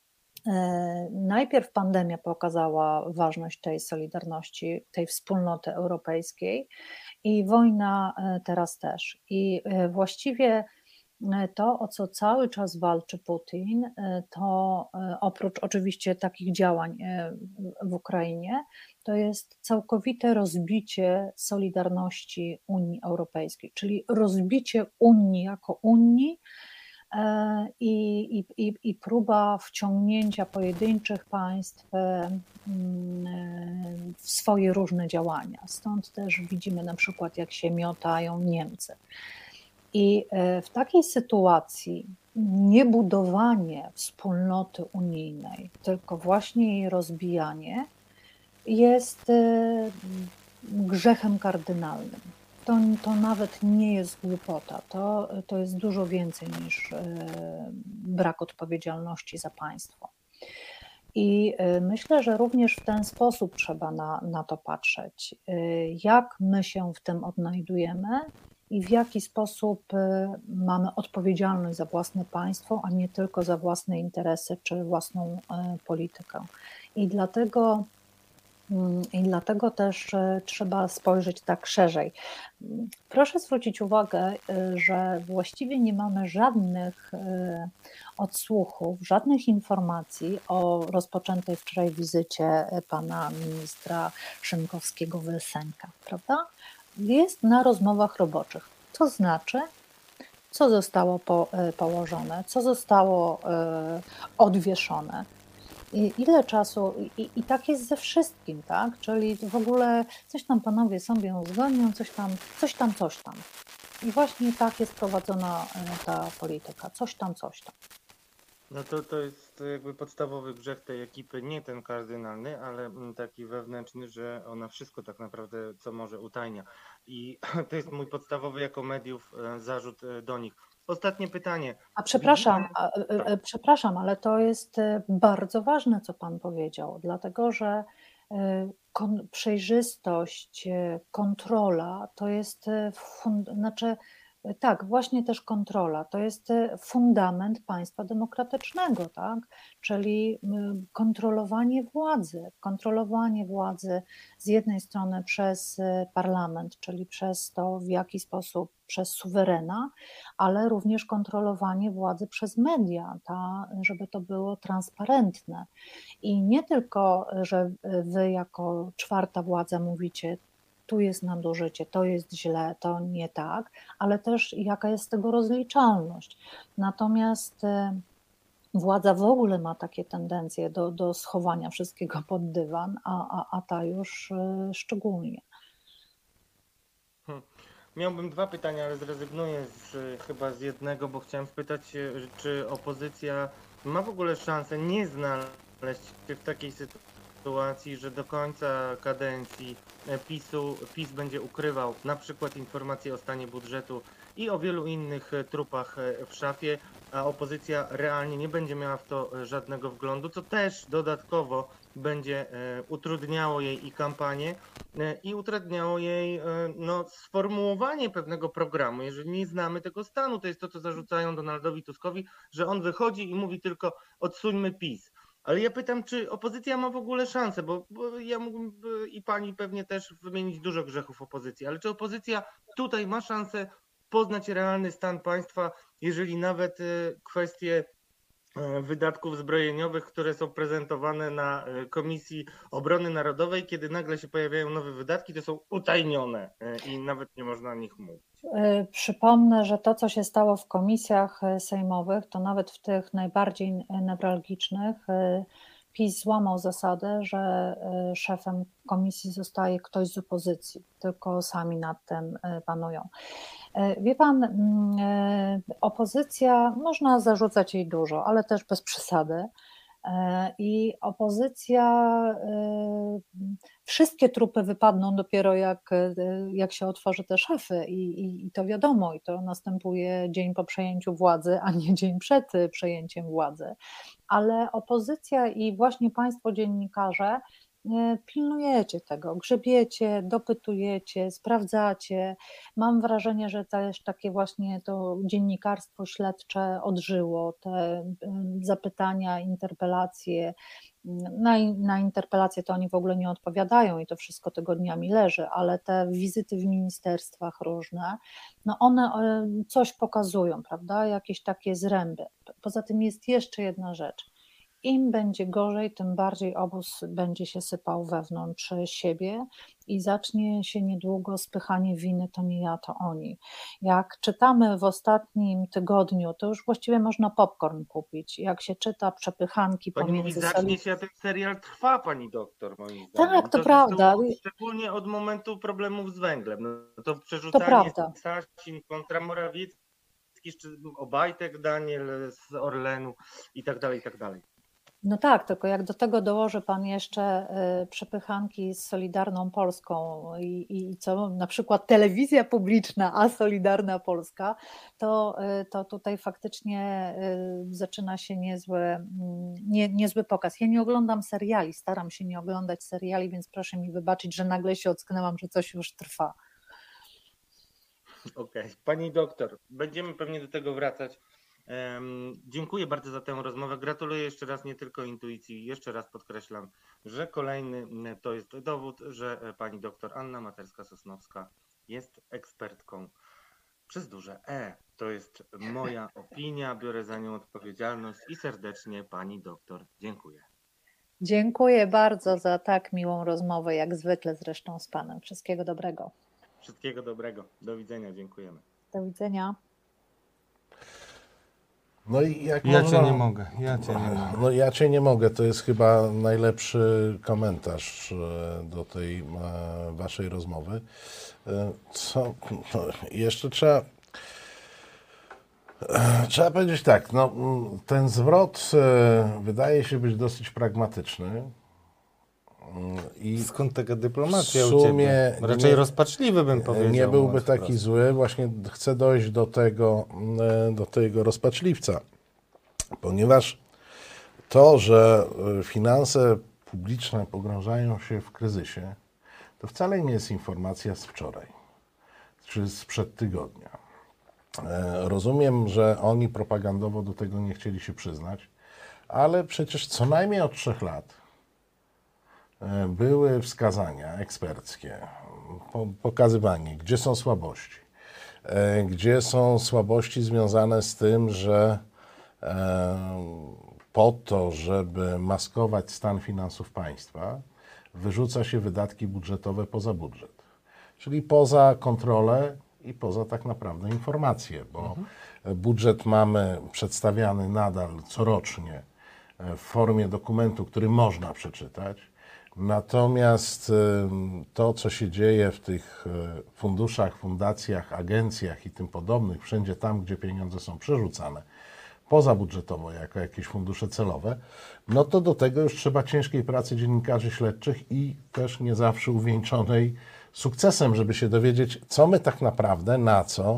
Najpierw pandemia pokazała ważność tej solidarności, tej wspólnoty europejskiej i wojna teraz też. I właściwie to, o co cały czas walczy Putin, to oprócz oczywiście takich działań w Ukrainie, to jest całkowite rozbicie solidarności Unii Europejskiej, czyli rozbicie Unii jako Unii, i próba wciągnięcia pojedynczych państw w swoje różne działania. Stąd też widzimy na przykład, jak się miotają Niemcy. I w takiej sytuacji niebudowanie wspólnoty unijnej, tylko właśnie jej rozbijanie jest grzechem kardynalnym. to nawet nie jest głupota, to jest dużo więcej niż brak odpowiedzialności za państwo. I myślę, że również w ten sposób trzeba na to patrzeć, jak my się w tym odnajdujemy i w jaki sposób mamy odpowiedzialność za własne państwo, a nie tylko za własne interesy czy własną politykę. I dlatego też trzeba spojrzeć tak szerzej. Proszę zwrócić uwagę, że właściwie nie mamy żadnych odsłuchów, żadnych informacji o rozpoczętej wczoraj wizycie pana ministra Szynkowskiego w Helsinkach, prawda? Jest na rozmowach roboczych. To znaczy, co zostało położone, co zostało odwieszone. Ile czasu, i tak jest ze wszystkim, tak? Czyli w ogóle coś tam panowie sobie uzgodnią, coś tam. I właśnie tak jest prowadzona ta polityka, coś tam. No to jest jakby podstawowy grzech tej ekipy, nie ten kardynalny, ale taki wewnętrzny, że ona wszystko tak naprawdę, co może, utajnia. I to jest mój podstawowy jako mediów zarzut do nich. Ostatnie pytanie. A przepraszam, ale to jest bardzo ważne, co pan powiedział, dlatego że przejrzystość, kontrola to jest, tak, właśnie też kontrola, to jest fundament państwa demokratycznego, tak? Czyli kontrolowanie władzy z jednej strony przez parlament, czyli przez to, w jaki sposób, przez suwerena, ale również kontrolowanie władzy przez media, żeby to było transparentne. I nie tylko, że wy jako czwarta władza mówicie, tu jest nadużycie, to jest źle, to nie tak, ale też jaka jest tego rozliczalność. Natomiast władza w ogóle ma takie tendencje do schowania wszystkiego pod dywan, a ta już szczególnie. Miałbym dwa pytania, ale zrezygnuję chyba z jednego, bo chciałem spytać, czy opozycja ma w ogóle szansę nie znaleźć się w takiej sytuacji, że do końca kadencji PiS będzie ukrywał na przykład informacje o stanie budżetu i o wielu innych trupach w szafie, a opozycja realnie nie będzie miała w to żadnego wglądu, co też dodatkowo będzie utrudniało jej i kampanię, i utrudniało jej sformułowanie pewnego programu. Jeżeli nie znamy tego stanu, to jest to, co zarzucają Donaldowi Tuskowi, że on wychodzi i mówi tylko odsuńmy PiS. Ale ja pytam, czy opozycja ma w ogóle szansę, bo ja mógłbym i pani pewnie też wymienić dużo grzechów opozycji, ale czy opozycja tutaj ma szansę poznać realny stan państwa, jeżeli nawet kwestie wydatków zbrojeniowych, które są prezentowane na Komisji Obrony Narodowej, kiedy nagle się pojawiają nowe wydatki, to są utajnione i nawet nie można o nich mówić. Przypomnę, że to, co się stało w komisjach sejmowych, to nawet w tych najbardziej newralgicznych PiS złamał zasadę, że szefem komisji zostaje ktoś z opozycji, tylko sami nad tym panują. Wie pan, opozycja, można zarzucać jej dużo, ale też bez przesady. I opozycja, wszystkie trupy wypadną dopiero jak się otworzy te szafy i to wiadomo, i to następuje dzień po przejęciu władzy, a nie dzień przed przejęciem władzy. Ale opozycja i właśnie państwo dziennikarze pilnujecie tego, grzebiecie, dopytujecie, sprawdzacie. Mam wrażenie, że też takie właśnie to dziennikarstwo śledcze odżyło, te zapytania, interpelacje. Na interpelacje to oni w ogóle nie odpowiadają i to wszystko tygodniami leży, ale te wizyty w ministerstwach różne, no one coś pokazują, prawda, jakieś takie zręby. Poza tym jest jeszcze jedna rzecz. Im będzie gorzej, tym bardziej obóz będzie się sypał wewnątrz siebie i zacznie się niedługo spychanie winy, to nie ja, to oni. Jak czytamy w ostatnim tygodniu, to już właściwie można popcorn kupić. Jak się czyta przepychanki pani pomiędzy... Mówi, zacznie się, a ten serial trwa, pani doktor, moim zdaniem. Tak, to prawda. Szczególnie od momentu problemów z węglem. No to przerzucanie Sasin kontra Morawiecki, jeszcze Obajtek Daniel z Orlenu i tak dalej, i tak dalej. No tak, tylko jak do tego dołoży pan jeszcze przepychanki z Solidarną Polską i co na przykład telewizja publiczna, a Solidarna Polska, to tutaj faktycznie zaczyna się niezły pokaz. Ja nie oglądam seriali, staram się nie oglądać seriali, więc proszę mi wybaczyć, że nagle się ocknęłam, że coś już trwa. Okej. Pani doktor, będziemy pewnie do tego wracać. Dziękuję bardzo za tę rozmowę. Gratuluję jeszcze raz nie tylko intuicji. Jeszcze raz podkreślam, że kolejny to jest dowód, że pani doktor Anna Materska-Sosnowska jest ekspertką przez duże E. To jest moja opinia, biorę za nią odpowiedzialność i serdecznie pani doktor dziękuję. Dziękuję bardzo za tak miłą rozmowę, jak zwykle zresztą z panem. Wszystkiego dobrego. Wszystkiego dobrego. Do widzenia. Dziękujemy. Do widzenia. No i jak Ja można... cię nie mogę. No ja cię nie mogę, to jest chyba najlepszy komentarz do tej waszej rozmowy. Co jeszcze trzeba powiedzieć tak, no, ten zwrot wydaje się być dosyć pragmatyczny. I skąd taka dyplomacja w u sumie ciebie? Raczej rozpaczliwy bym powiedział. nie byłby taki zły, właśnie chcę dojść do tego rozpaczliwca, ponieważ to, że finanse publiczne pogrążają się w kryzysie, to wcale nie jest informacja z wczoraj, czy sprzed tygodnia. Rozumiem, że oni propagandowo do tego nie chcieli się przyznać, ale przecież co najmniej od 3 lat były wskazania eksperckie, pokazywanie, gdzie są słabości. Gdzie są słabości związane z tym, że po to, żeby maskować stan finansów państwa, wyrzuca się wydatki budżetowe poza budżet. Czyli poza kontrolę i poza tak naprawdę informacje, bo budżet mamy przedstawiany nadal corocznie w formie dokumentu, który można przeczytać. Natomiast to, co się dzieje w tych funduszach, fundacjach, agencjach i tym podobnych, wszędzie tam, gdzie pieniądze są przerzucane pozabudżetowo jako jakieś fundusze celowe, no to do tego już trzeba ciężkiej pracy dziennikarzy śledczych i też nie zawsze uwieńczonej sukcesem, żeby się dowiedzieć, co my tak naprawdę, na co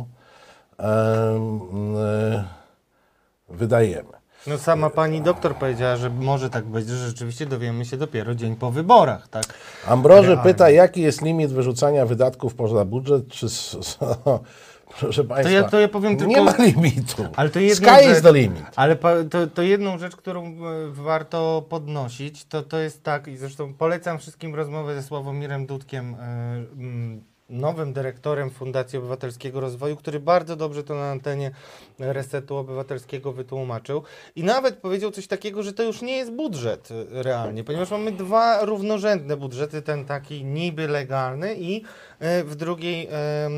wydajemy. No sama pani doktor powiedziała, że może tak być, że rzeczywiście dowiemy się dopiero dzień po wyborach, tak? Ambroży pyta, jaki jest limit wyrzucania wydatków poza budżet, czy... Proszę państwa, to ja powiem tylko... nie ma limitu. Ale to Sky is the limit. Ale to jedną rzecz, którą warto podnosić, to jest tak, i zresztą polecam wszystkim rozmowę ze Sławomirem Dudkiem, nowym dyrektorem Fundacji Obywatelskiego Rozwoju, który bardzo dobrze to na antenie Resetu Obywatelskiego wytłumaczył i nawet powiedział coś takiego, że to już nie jest budżet realnie, ponieważ mamy 2 równorzędne budżety, ten taki niby legalny i w drugiej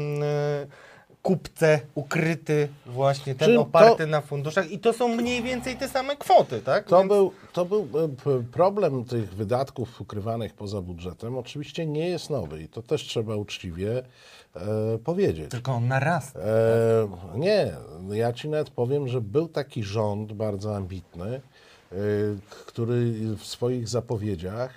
kupce ukryty właśnie ten oparty na funduszach i to są mniej więcej te same kwoty, tak? To był problem tych wydatków ukrywanych poza budżetem. Oczywiście nie jest nowy i to też trzeba uczciwie powiedzieć. Tylko on narasta. Nie, ja ci nawet powiem, że był taki rząd bardzo ambitny, który w swoich zapowiedziach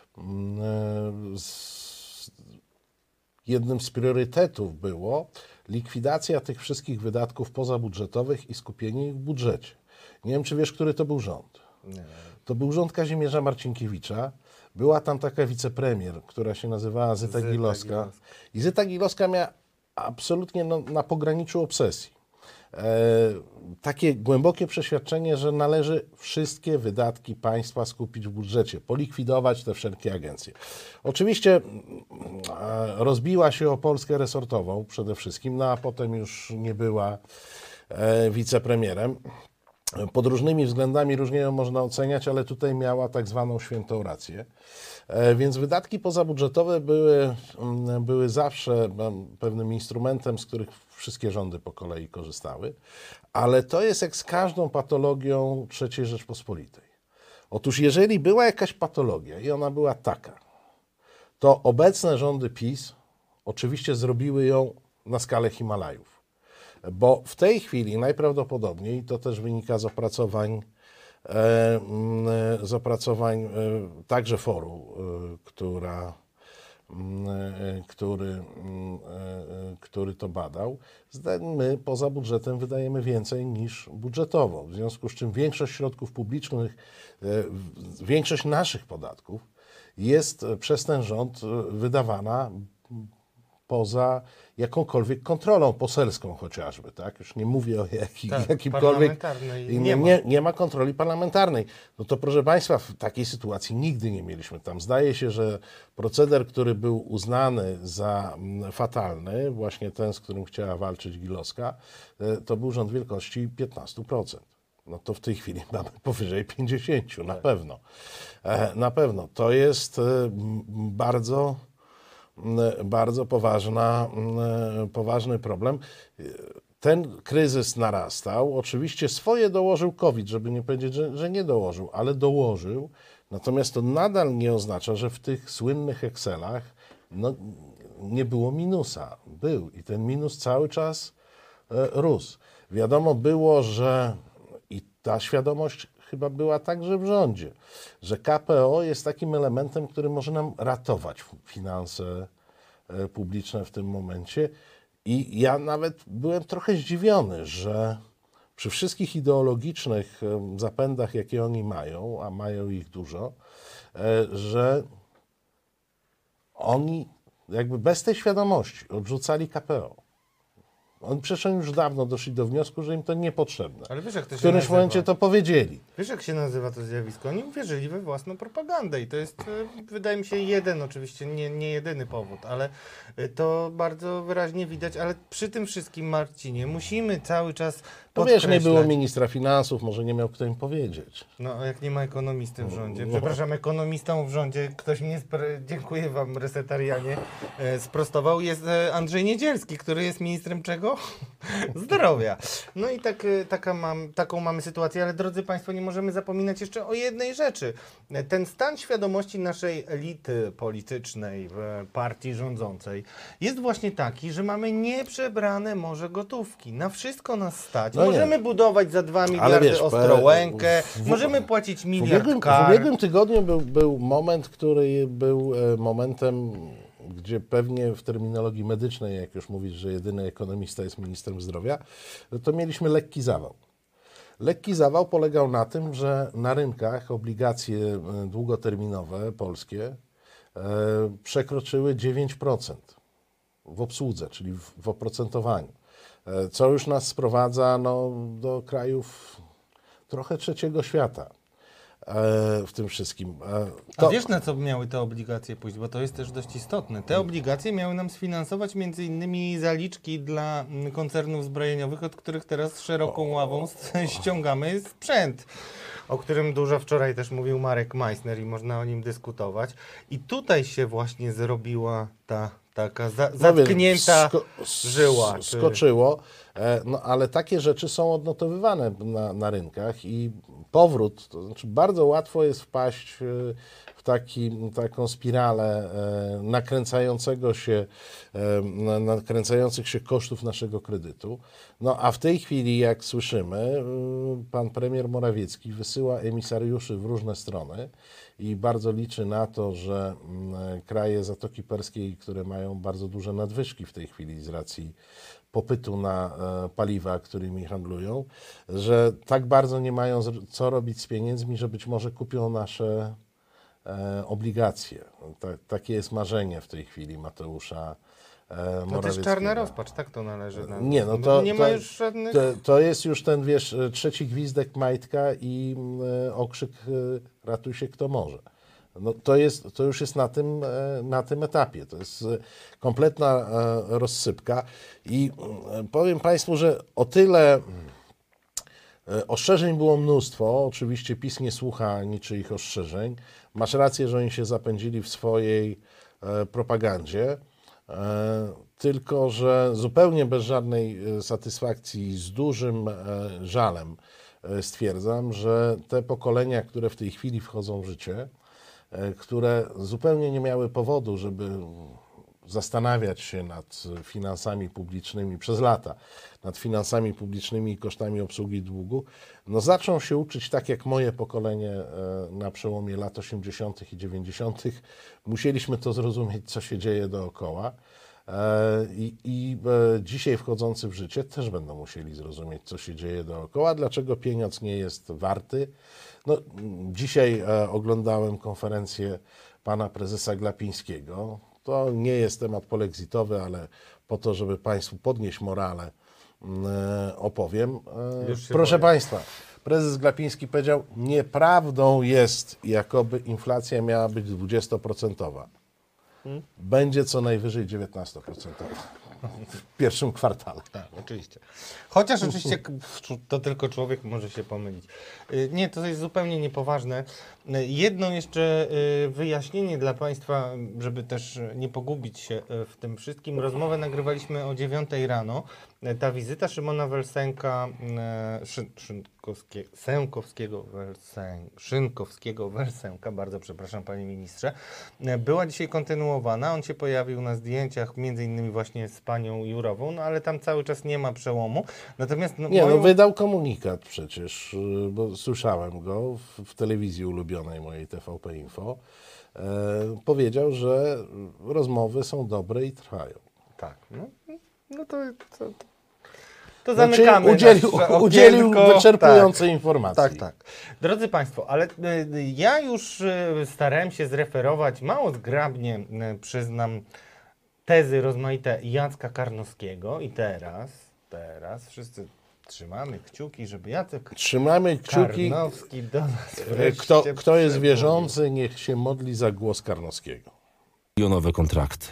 jednym z priorytetów było likwidacja tych wszystkich wydatków pozabudżetowych i skupienie ich w budżecie. Nie wiem, czy wiesz, który to był rząd. Nie. To był rząd Kazimierza Marcinkiewicza. Była tam taka wicepremier, która się nazywała Zyta Gilowska. I Zyta Gilowska miała absolutnie na pograniczu obsesji. Takie głębokie przeświadczenie, że należy wszystkie wydatki państwa skupić w budżecie, polikwidować te wszelkie agencje. Oczywiście rozbiła się o Polskę resortową przede wszystkim, no a potem już nie była wicepremierem. Pod różnymi względami różnie ją można oceniać, ale tutaj miała tak zwaną świętą rację. Więc wydatki pozabudżetowe były zawsze pewnym instrumentem, z których wszystkie rządy po kolei korzystały, ale to jest jak z każdą patologią III Rzeczpospolitej. Otóż jeżeli była jakaś patologia i ona była taka, to obecne rządy PiS oczywiście zrobiły ją na skalę Himalajów. Bo w tej chwili najprawdopodobniej, to też wynika z opracowań z opracowań także forum, który to badał, my poza budżetem wydajemy więcej niż budżetowo, w związku z czym większość środków publicznych, większość naszych podatków jest przez ten rząd wydawana poza jakąkolwiek kontrolą poselską chociażby, tak? Już nie mówię o jakimkolwiek... Parlamentarnej Nie ma kontroli parlamentarnej. No to proszę Państwa, w takiej sytuacji nigdy nie mieliśmy tam. Zdaje się, że proceder, który był uznany za fatalny, właśnie ten, z którym chciała walczyć Gilowska, to był rząd wielkości 15%. No to w tej chwili mamy powyżej 50%, na pewno. Na pewno. To jest bardzo poważny problem. Ten kryzys narastał. Oczywiście swoje dołożył COVID, żeby nie powiedzieć, że nie dołożył, ale dołożył. Natomiast to nadal nie oznacza, że w tych słynnych Excelach nie było minusa. Był i ten minus cały czas rósł. Wiadomo było, że i ta świadomość chyba była także w rządzie, że KPO jest takim elementem, który może nam ratować finanse publiczne w tym momencie. I ja nawet byłem trochę zdziwiony, że przy wszystkich ideologicznych zapędach, jakie oni mają, a mają ich dużo, że oni jakby bez tej świadomości odrzucali KPO. Oni przecież już dawno doszli do wniosku, że im to niepotrzebne. Ale wiesz, jak to się w którymś nazywa? momencie to powiedzieli. Wiesz, jak się nazywa to zjawisko? Oni uwierzyli we własną propagandę i to jest, wydaje mi się, jeden, oczywiście nie jedyny powód, ale to bardzo wyraźnie widać, ale przy tym wszystkim, Marcinie, musimy cały czas No wiesz, nie było podkreślać- ministra finansów, może nie miał kto im powiedzieć. No, a jak nie ma ekonomisty w rządzie. Przepraszam, ekonomistą w rządzie, ktoś mnie, dziękuję wam, resetarianie, sprostował, jest Andrzej Niedzielski, który jest ministrem czego? Zdrowia. No i taką mamy sytuację, ale drodzy Państwo, nie możemy zapominać jeszcze o jednej rzeczy. Ten stan świadomości naszej elity politycznej w partii rządzącej jest właśnie taki, że mamy nieprzebrane morze gotówki. Na wszystko nas stać. No nie. Możemy budować za 2 miliardy wiesz, Ostrołękę, możemy płacić miliard W kar. ubiegłym tygodniu był moment, który był momentem, gdzie pewnie w terminologii medycznej, jak już mówisz, że jedyny ekonomista jest ministrem zdrowia, to mieliśmy lekki zawał. Lekki zawał polegał na tym, że na rynkach obligacje długoterminowe polskie przekroczyły 9% w obsłudze, czyli w oprocentowaniu, co już nas sprowadza do krajów trochę trzeciego świata w tym wszystkim. A wiesz, na co miały te obligacje pójść? Bo to jest też dość istotne. Te obligacje miały nam sfinansować między innymi zaliczki dla koncernów zbrojeniowych, od których teraz szeroką ławą ściągamy sprzęt, o którym dużo wczoraj też mówił Marek Meissner i można o nim dyskutować. I tutaj się właśnie zrobiła ta taka zatknięta żyła. Skoczyło, ale takie rzeczy są odnotowywane na rynkach i powrót, to znaczy bardzo łatwo jest wpaść w taką spiralę nakręcających się kosztów naszego kredytu. No a w tej chwili, jak słyszymy, pan premier Morawiecki wysyła emisariuszy w różne strony i bardzo liczy na to, że kraje Zatoki Perskiej, które mają bardzo duże nadwyżki w tej chwili z racji popytu na paliwa, którymi handlują, że tak bardzo nie mają co robić z pieniędzmi, że być może kupią nasze obligacje. Takie jest marzenie w tej chwili Mateusza Morawieckiego. To jest czarna rozpacz, tak to należy nazwać. Nie, no to, nie ma już żadnych... to jest już ten, wiesz, trzeci gwizdek Majtka i okrzyk ratuj się kto może. No to już jest na tym etapie. To jest kompletna rozsypka i powiem Państwu, że o tyle ostrzeżeń było mnóstwo. Oczywiście PiS nie słucha niczyich ostrzeżeń. Masz rację, że oni się zapędzili w swojej propagandzie, tylko że zupełnie bez żadnej satysfakcji, z dużym żalem stwierdzam, że te pokolenia, które w tej chwili wchodzą w życie, które zupełnie nie miały powodu, żeby zastanawiać się nad finansami publicznymi przez lata, nad finansami publicznymi i kosztami obsługi długu, no zaczną się uczyć tak jak moje pokolenie na przełomie lat 80. i 90. Musieliśmy to zrozumieć, co się dzieje dookoła. I dzisiaj wchodzący w życie też będą musieli zrozumieć, co się dzieje dookoła, dlaczego pieniądz nie jest warty. No, dzisiaj oglądałem konferencję pana prezesa Glapińskiego. To nie jest temat polexitowy, ale po to, żeby państwu podnieść morale, opowiem. Proszę państwa, prezes Glapiński powiedział, nieprawdą jest, jakoby inflacja miała być 20%. Będzie co najwyżej 19% w pierwszym kwartale. Tak, oczywiście. Chociaż oczywiście to tylko człowiek może się pomylić. Nie, to jest zupełnie niepoważne. Jedno jeszcze wyjaśnienie dla państwa, żeby też nie pogubić się w tym wszystkim. Rozmowę nagrywaliśmy o 9 rano. Ta wizyta Szymona Szynkowskiego-Welsenka, bardzo przepraszam panie ministrze, była dzisiaj kontynuowana. On się pojawił na zdjęciach między innymi właśnie z panią Jurową, no ale tam cały czas nie ma przełomu. Natomiast wydał komunikat przecież, bo słyszałem go w telewizji ulubionej mojej TVP Info. Powiedział, że rozmowy są dobre i trwają. Tak, no to zamykamy. Udzielił wyczerpującej informacji. Tak. Drodzy państwo, ale ja już starałem się zreferować, mało zgrabnie przyznam, tezy rozmaite Jacka Karnowskiego i teraz wszyscy trzymamy kciuki, żeby Jacek Karnowski do nas wreszcie Kto jest wierzący, niech się modli za głos Karnowskiego. Milionowe kontrakty.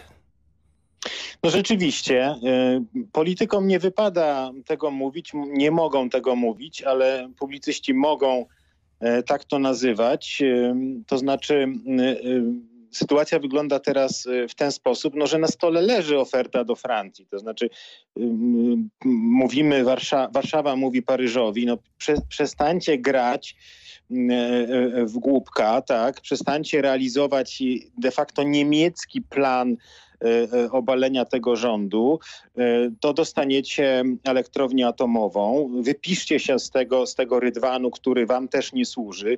No rzeczywiście, politykom nie wypada tego mówić, nie mogą tego mówić, ale publicyści mogą tak to nazywać. To znaczy sytuacja wygląda teraz w ten sposób, że na stole leży oferta do Francji. To znaczy mówimy, Warszawa mówi Paryżowi, przestańcie grać w głupka, tak? Przestańcie realizować de facto niemiecki plan obalenia tego rządu, to dostaniecie elektrownię atomową, wypiszcie się z tego rydwanu, który wam też nie służy,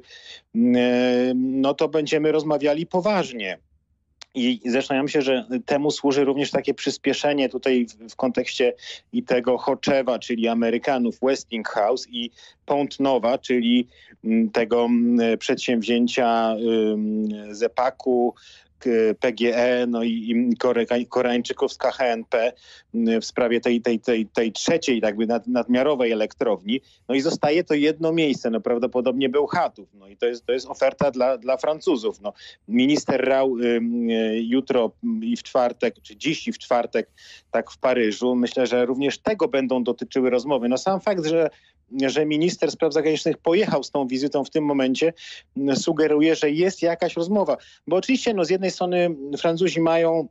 no to będziemy rozmawiali poważnie. I zresztą ja myślę, że temu służy również takie przyspieszenie tutaj w kontekście i tego Choczewa, czyli Amerykanów, Westinghouse i Pont-Nova, czyli tego przedsięwzięcia ZEPAK-u, PGE, no i Koreańczyków z KHNP w sprawie tej trzeciej jakby nadmiarowej elektrowni. No i zostaje to jedno miejsce, prawdopodobnie Bełchatów. No i to jest oferta dla Francuzów. No, minister Rau jutro i w czwartek, czy dziś i w czwartek, tak w Paryżu. Myślę, że również tego będą dotyczyły rozmowy. No sam fakt, że minister spraw zagranicznych pojechał z tą wizytą w tym momencie, sugeruje, że jest jakaś rozmowa. Bo oczywiście z jednej strony Francuzi mają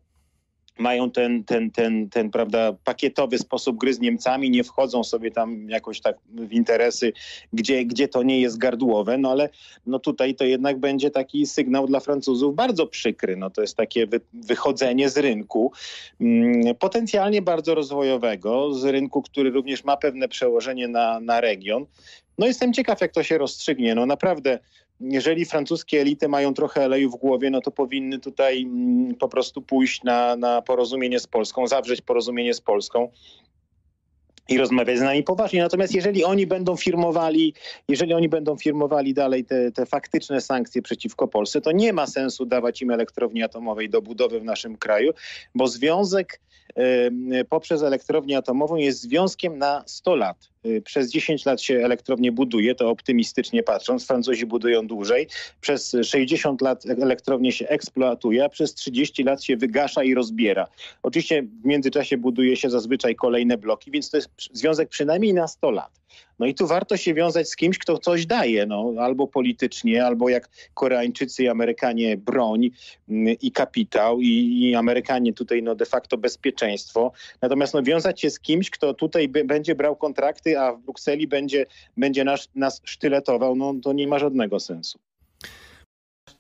ten prawda, pakietowy sposób gry z Niemcami, nie wchodzą sobie tam jakoś tak w interesy, gdzie to nie jest gardłowe, ale tutaj to jednak będzie taki sygnał dla Francuzów bardzo przykry. To jest takie wychodzenie z rynku, potencjalnie bardzo rozwojowego, z rynku, który również ma pewne przełożenie na region. Jestem ciekaw, jak to się rozstrzygnie. Naprawdę, jeżeli francuskie elity mają trochę oleju w głowie, to powinny tutaj po prostu pójść na porozumienie z Polską, zawrzeć porozumienie z Polską i rozmawiać z nami poważnie. Natomiast jeżeli oni będą firmowali dalej te faktyczne sankcje przeciwko Polsce, to nie ma sensu dawać im elektrowni atomowej do budowy w naszym kraju, bo związek poprzez elektrownię atomową jest związkiem na 100 lat. Przez 10 lat się elektrownię buduje, to optymistycznie patrząc. Francuzi budują dłużej. Przez 60 lat elektrownię się eksploatuje, a przez 30 lat się wygasza i rozbiera. Oczywiście w międzyczasie buduje się zazwyczaj kolejne bloki, więc to jest związek przynajmniej na 100 lat. I tu warto się wiązać z kimś, kto coś daje, albo politycznie, albo jak Koreańczycy i Amerykanie broń i kapitał i Amerykanie tutaj de facto bezpieczeństwo. Natomiast wiązać się z kimś, kto tutaj będzie brał kontrakty, a w Brukseli będzie nas sztyletował, to nie ma żadnego sensu.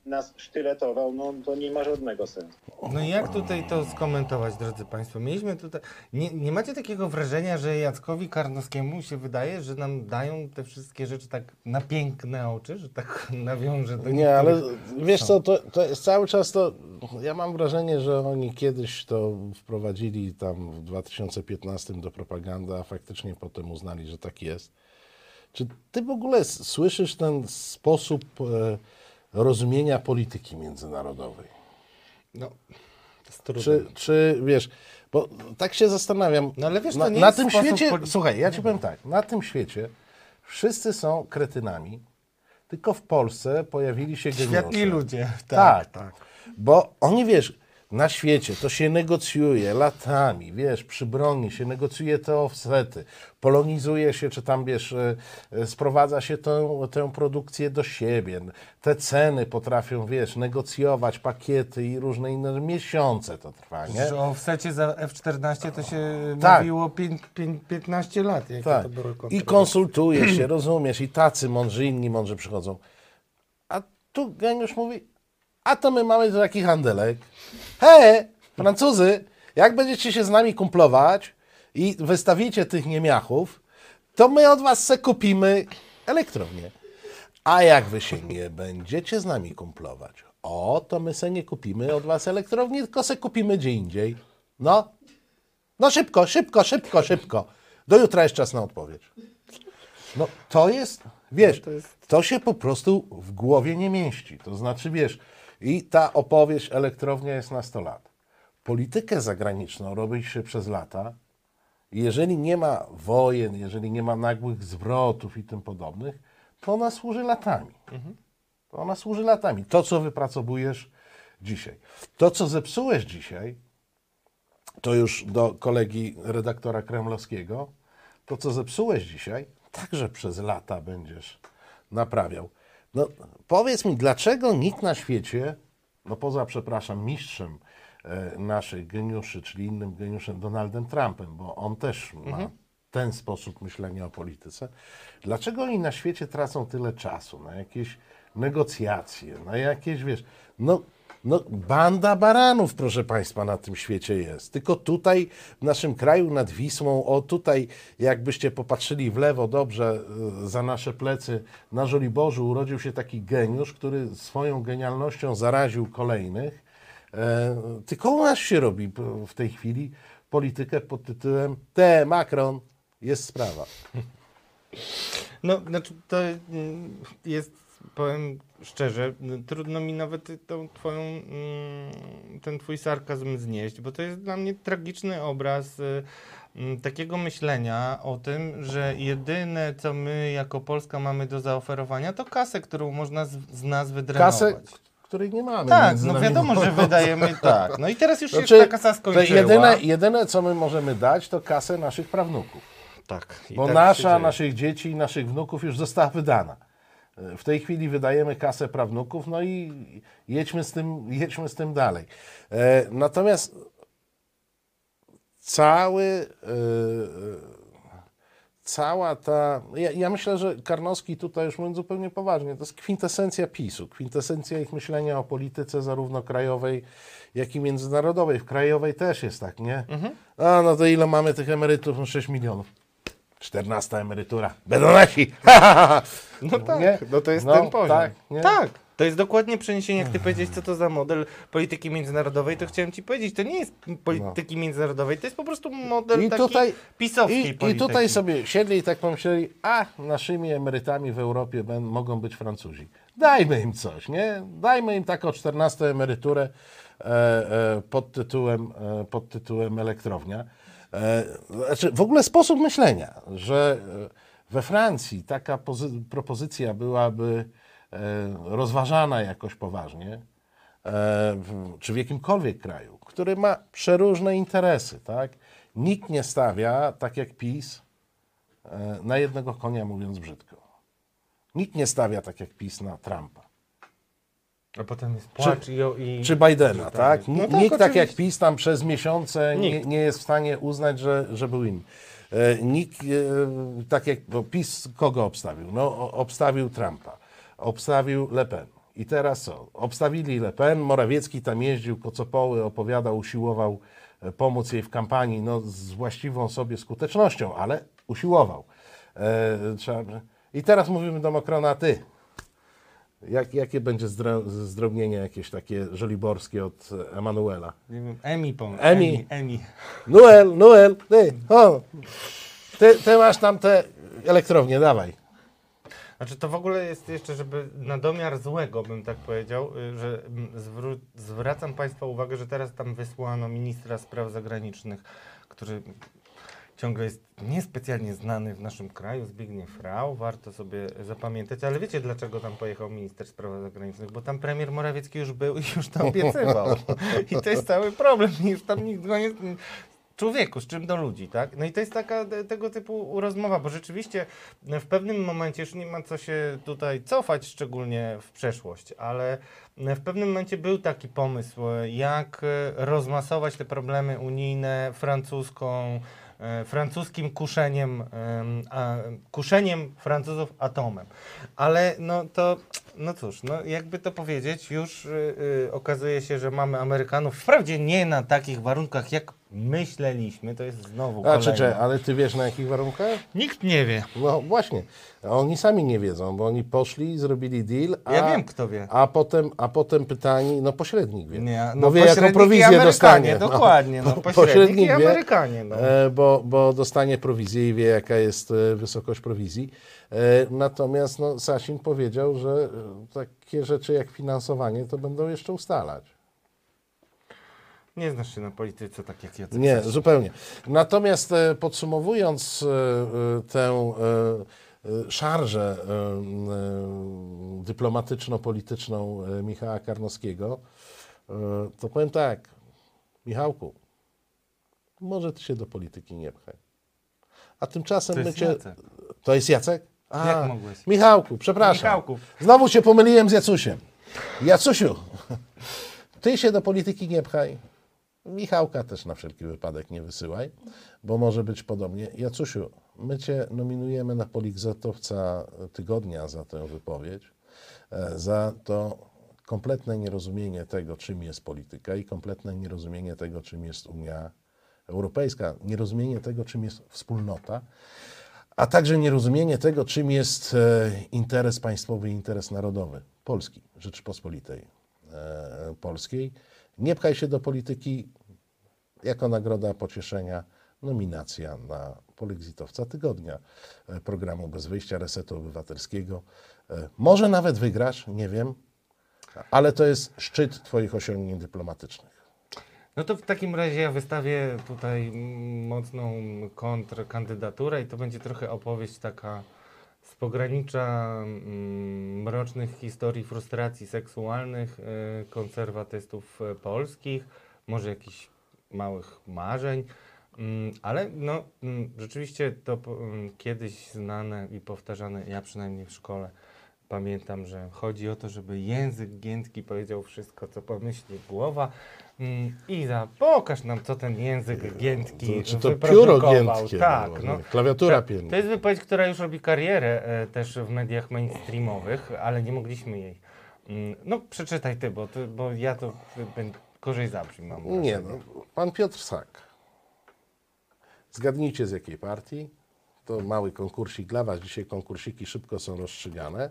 nas sztyletował, no to nie ma żadnego sensu. No i jak tutaj to skomentować, drodzy Państwo? Mieliśmy tutaj... Nie macie takiego wrażenia, że Jackowi Karnowskiemu się wydaje, że nam dają te wszystkie rzeczy tak na piękne oczy, że tak nawiążę do Nie, ale niektórych- wiesz co, to jest cały czas to... Ja mam wrażenie, że oni kiedyś to wprowadzili tam w 2015 do propagandy, a faktycznie potem uznali, że tak jest. Czy ty w ogóle słyszysz ten sposób rozumienia polityki międzynarodowej? No, to jest trudne. Czy wiesz, bo tak się zastanawiam, No ale wiesz, to nie na jest tym sposób świecie, poli- słuchaj, ja ci powiem tak, na tym świecie wszyscy są kretynami, tylko w Polsce pojawili się Świetni geniusze. ludzie. Tak, bo oni, wiesz, na świecie to się negocjuje latami, wiesz, przy broni się negocjuje te offsety, polonizuje się, czy tam, wiesz, sprowadza się tę produkcję do siebie. Te ceny potrafią, wiesz, negocjować, pakiety i różne inne, miesiące to trwa, nie? Że o offsecie za F-14 to się Tak. mówiło 15 lat. Jakie Tak. to były I kontrakty. konsultuje się, rozumiesz, i tacy mądrzy, inni mądrzy przychodzą. A tu geniusz mówi, a to my mamy tu taki handelek. He, Francuzy, jak będziecie się z nami kumplować i wystawicie tych niemiachów, to my od was se kupimy elektrownię. A jak wy się nie będziecie z nami kumplować, to my se nie kupimy od was elektrowni, tylko se kupimy gdzie indziej. No szybko, szybko, szybko, szybko. Do jutra jest czas na odpowiedź. No to jest, wiesz, to się po prostu w głowie nie mieści. To znaczy, wiesz, i ta opowieść elektrownia jest na 100 lat. Politykę zagraniczną robi się przez lata i jeżeli nie ma wojen, jeżeli nie ma nagłych zwrotów i tym podobnych, to ona służy latami. To ona służy latami. To, co wypracowujesz dzisiaj. To, co zepsułeś dzisiaj, to już do kolegi redaktora kremlowskiego, to, co zepsułeś dzisiaj, także przez lata będziesz naprawiał. No, powiedz mi, dlaczego nikt na świecie, no poza, przepraszam, mistrzem naszych geniuszy, czyli innym geniuszem Donaldem Trumpem, bo on też ma ten sposób myślenia o polityce, dlaczego oni na świecie tracą tyle czasu na jakieś negocjacje, na jakieś, wiesz, no banda baranów, proszę Państwa, na tym świecie jest. Tylko tutaj, w naszym kraju nad Wisłą, tutaj, jakbyście popatrzyli w lewo dobrze, za nasze plecy, na Żoliborzu urodził się taki geniusz, który swoją genialnością zaraził kolejnych. Tylko u nas się robi w tej chwili politykę pod tytułem Macron, jest sprawa. No, znaczy to jest, powiem szczerze, trudno mi nawet ten twój sarkazm znieść, bo to jest dla mnie tragiczny obraz takiego myślenia o tym, że jedyne, co my jako Polska mamy do zaoferowania, to kasę, którą można z nas wydrenować. Kasę, której nie mamy. Tak, między no nami. wiadomo, że wydajemy tak. No i teraz już Znaczy, się ta kasa skończyła. to jedyne, co my możemy dać, to kasę naszych prawnuków. Tak. I Bo tak się nasza, dzieje. naszych dzieci i naszych wnuków już została wydana. W tej chwili wydajemy kasę prawnuków, no i jedźmy z tym dalej. Natomiast cała ta... Ja myślę, że Karnowski tutaj, już mówiąc zupełnie poważnie, to jest kwintesencja PiS-u, kwintesencja ich myślenia o polityce zarówno krajowej, jak i międzynarodowej. W krajowej też jest tak, nie? No to ile mamy tych emerytów? No 6 milionów. 14 emerytura. Będą nasi! No tak, Nie? no to jest No, ten poziom. tak, nie? Tak, to jest dokładnie przeniesienie. Jak ty powiedziałeś, co to za model polityki międzynarodowej, to chciałem ci powiedzieć, to nie jest polityki międzynarodowej, to jest po prostu model taki pisowskiej polityki. I tutaj sobie siedli i tak pomyśleli, naszymi emerytami w Europie mogą być Francuzi. Dajmy im coś, nie? Dajmy im taką 14 emeryturę pod tytułem elektrownia. Znaczy, w ogóle sposób myślenia, że we Francji taka propozycja byłaby rozważana jakoś poważnie, czy w jakimkolwiek kraju, który ma przeróżne interesy, tak? Nikt nie stawia, tak jak PiS, na jednego konia, mówiąc brzydko. Nikt nie stawia, tak jak PiS, na Trumpa. A potem jest płacz Czy Bidena, tak? No tak, Nikt tak jak oczywiście. PiS tam przez miesiące Nikt. nie jest w stanie uznać, że był inny. Nikt, tak jak PiS kogo obstawił? No, obstawił Trumpa, obstawił Le Pen, I teraz co? Obstawili Le Pen, Morawiecki tam jeździł, kocopoły, opowiadał, usiłował pomóc jej w kampanii, no z właściwą sobie skutecznością, ale usiłował. I teraz mówimy do Macrona, ty, jakie będzie zdrobnienie jakieś takie żoliborskie od Emanuela? Nie wiem, Emi. Noel, ty, o, ty masz tam te elektrownie, dawaj. Znaczy to w ogóle jest jeszcze, żeby na domiar złego bym tak powiedział, że zwracam Państwa uwagę, że teraz tam wysłano ministra spraw zagranicznych, który ciągle jest niespecjalnie znany w naszym kraju, Zbigniew Rau, warto sobie zapamiętać, ale wiecie dlaczego tam pojechał minister spraw zagranicznych? Bo tam premier Morawiecki już był i już to obiecywał. I to jest cały problem, już tam nikt go nie... Człowieku, z czym do ludzi, tak? No i to jest taka tego typu rozmowa, bo rzeczywiście w pewnym momencie już nie ma co się tutaj cofać, szczególnie w przeszłość, ale w pewnym momencie był taki pomysł, jak rozmasować te problemy unijne francuskim kuszeniem Francuzów atomem. Ale no to, no cóż, no jakby to powiedzieć, już okazuje się, że mamy Amerykanów, wprawdzie nie na takich warunkach, jak myśleliśmy, to jest znowu kolejne. Ale ty wiesz na jakich warunkach? Nikt nie wie. No właśnie, oni sami nie wiedzą, bo oni poszli, zrobili deal, Ja wiem, kto wie. A potem pytani, no pośrednik wie. Nie, no wie jaką prowizję dostanie. Dokładnie, no, pośrednik i Amerykanie. No. Bo dostanie prowizję i wie jaka jest wysokość prowizji. Natomiast no, Sasin powiedział, że takie rzeczy jak finansowanie to będą jeszcze ustalać. Nie znasz się na polityce tak jak Jacek. Nie, zupełnie. Natomiast podsumowując tę szarżę dyplomatyczno-polityczną Michała Karnowskiego, to powiem tak, Michałku, może ty się do polityki nie pchaj. A tymczasem to my jest cię... Jacek. To jest Jacek? Jak mogłeś? Michałku, przepraszam. Michałku. Znowu się pomyliłem z Jacusiem. Jacusiu, ty się do polityki nie pchaj. Michałka też na wszelki wypadek nie wysyłaj, bo może być podobnie. Jacusiu, my cię nominujemy na Poligzotowca tygodnia za tę wypowiedź, za to kompletne nierozumienie tego, czym jest polityka i kompletne nierozumienie tego, czym jest Unia Europejska, nierozumienie tego, czym jest wspólnota, a także nierozumienie tego, czym jest interes państwowy i interes narodowy Polski, Rzeczypospolitej Polskiej. Nie pchaj się do polityki, jako nagroda pocieszenia nominacja na Polexitowca tygodnia programu Bez Wyjścia Resetu Obywatelskiego. Może nawet wygrasz, nie wiem, ale to jest szczyt twoich osiągnięć dyplomatycznych. No to w takim razie ja wystawię tutaj mocną kontrkandydaturę i to będzie trochę opowieść taka z pogranicza mrocznych historii frustracji seksualnych konserwatystów polskich, może jakichś małych marzeń, ale no rzeczywiście to kiedyś znane i powtarzane, ja przynajmniej w szkole pamiętam, że chodzi o to, żeby język giętki powiedział wszystko, co pomyśli głowa. Iza, pokaż nam, co ten język giętki czy to pióro giętkie? Tak, no. Klawiatura piękna. To jest wypowiedź, która już robi karierę też w mediach mainstreamowych, ale nie mogliśmy jej. No przeczytaj ty, bo ja to gorzej zabrzmi mam wrażenie. Nie, no, pan Piotr Sak. Zgadnijcie z jakiej partii. To mały konkursik dla was. Dzisiaj konkursiki szybko są rozstrzygane.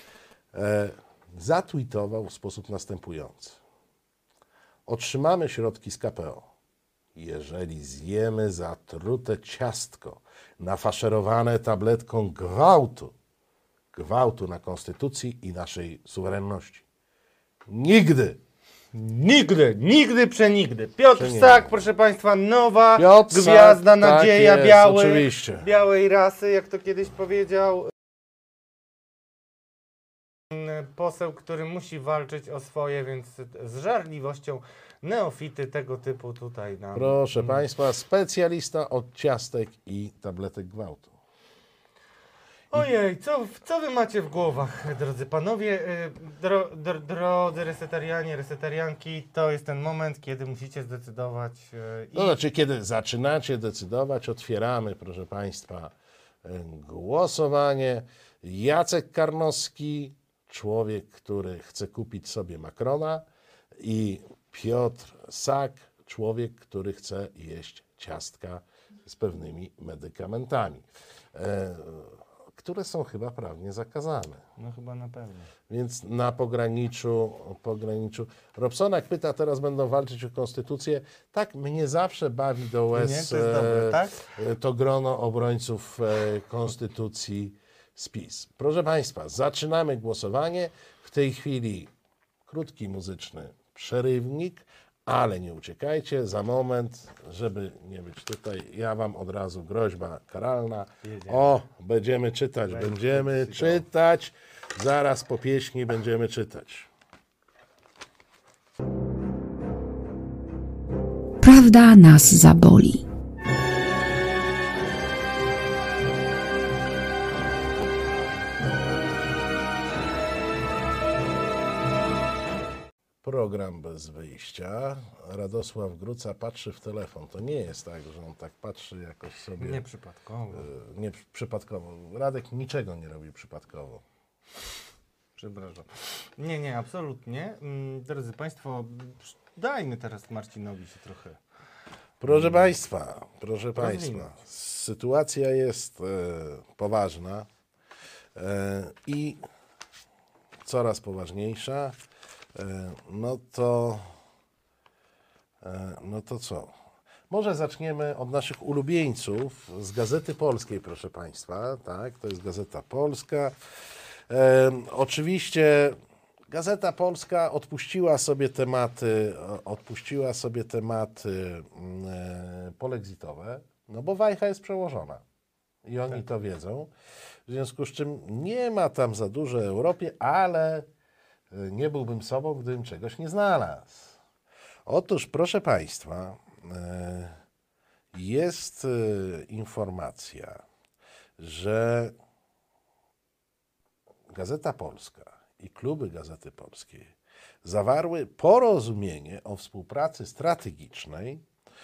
Zatweetował w sposób następujący. Otrzymamy środki z KPO, jeżeli zjemy zatrute ciastko nafaszerowane tabletką gwałtu na konstytucji i naszej suwerenności. Nigdy! Nigdy, przenigdy. Piotr Sak, proszę Państwa, nowa Piotr gwiazda, Sak, nadzieja tak jest, oczywiście. białej rasy, jak to kiedyś powiedział poseł, który musi walczyć o swoje, więc z żarliwością neofity tego typu tutaj nam... Proszę Państwa, specjalista od ciastek i tabletek gwałtu. Ojej, co wy macie w głowach, drodzy panowie, drodzy resetarianie, resetarianki, to jest ten moment, kiedy musicie zdecydować. To znaczy, kiedy zaczynacie decydować, otwieramy, proszę Państwa, głosowanie. Jacek Karnowski człowiek, który chce kupić sobie Macrona i Piotr Sak, człowiek, który chce jeść ciastka z pewnymi medykamentami, które są chyba prawnie zakazane. No chyba na pewno. Więc na pograniczu. Robsonak pyta, teraz będą walczyć o konstytucję. Tak, mnie zawsze bawi do łez Nie, to jest dobre, tak? to grono obrońców konstytucji z PiS. Proszę Państwa, zaczynamy głosowanie. W tej chwili krótki muzyczny przerywnik, ale nie uciekajcie. Za moment, żeby nie być tutaj, ja Wam od razu groźba karalna. Jedziemy. O, będziemy czytać. Zaraz po pieśni będziemy czytać. Prawda nas zaboli. Program bez wyjścia. Radosław Gruca patrzy w telefon. To nie jest tak, że on tak patrzy jakoś sobie... Nieprzypadkowo. Nie przypadkowo. Radek niczego nie robi przypadkowo. Przepraszam. Nie, absolutnie. Drodzy Państwo, dajmy teraz Marcinowi się trochę. Proszę Państwa, Rozwinąć. sytuacja jest poważna i coraz poważniejsza. No to co? Może zaczniemy od naszych ulubieńców z Gazety Polskiej, proszę Państwa. Tak, to jest Gazeta Polska. Oczywiście Gazeta Polska odpuściła sobie tematy polexitowe, no bo Wajcha jest przełożona i oni to wiedzą. W związku z czym nie ma tam za dużo o Europie, ale nie byłbym sobą, gdybym czegoś nie znalazł. Otóż, proszę Państwa, jest informacja, że Gazeta Polska i kluby Gazety Polskiej zawarły porozumienie o współpracy strategicznej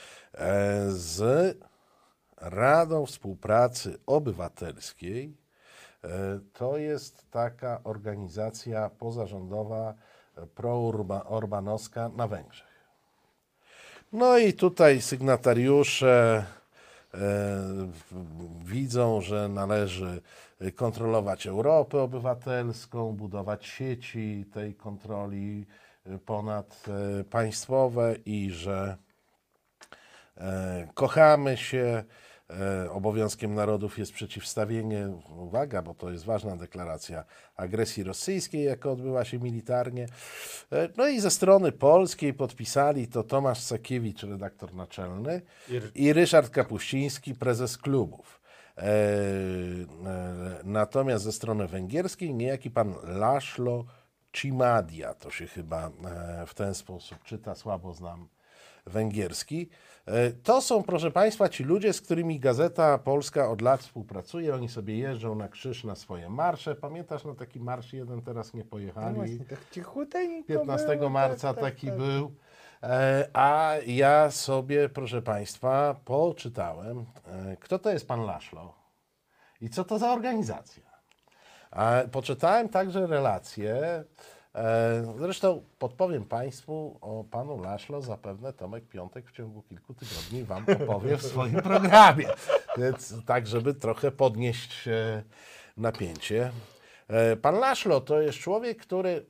z Radą Współpracy Obywatelskiej. To jest taka organizacja pozarządowa pro-orbanowska na Węgrzech. No i tutaj sygnatariusze widzą, że należy kontrolować Europę obywatelską, budować sieci tej kontroli ponadpaństwowe i że kochamy się. Obowiązkiem narodów jest przeciwstawienie, uwaga, bo to jest ważna deklaracja, agresji rosyjskiej, jaka odbyła się militarnie. No i ze strony polskiej podpisali to Tomasz Sakiewicz, redaktor naczelny, i Ryszard Kapuściński, prezes klubów. Natomiast ze strony węgierskiej niejaki pan László Csimádia, to się chyba w ten sposób czyta, słabo znam węgierski. To są, proszę Państwa, ci ludzie, z którymi Gazeta Polska od lat współpracuje. Oni sobie jeżdżą na krzyż na swoje marsze. Pamiętasz, na taki marsz jeden teraz nie pojechali? No właśnie, tak cichuteńko 15 było, marca tak, taki tak. był. A ja sobie, proszę Państwa, poczytałem, kto to jest pan László i co to za organizacja. Poczytałem także relacje. Zresztą podpowiem Państwu o panu László, zapewne Tomek Piątek w ciągu kilku tygodni Wam opowie w swoim programie. Więc tak, żeby trochę podnieść napięcie. Pan László to jest człowiek, który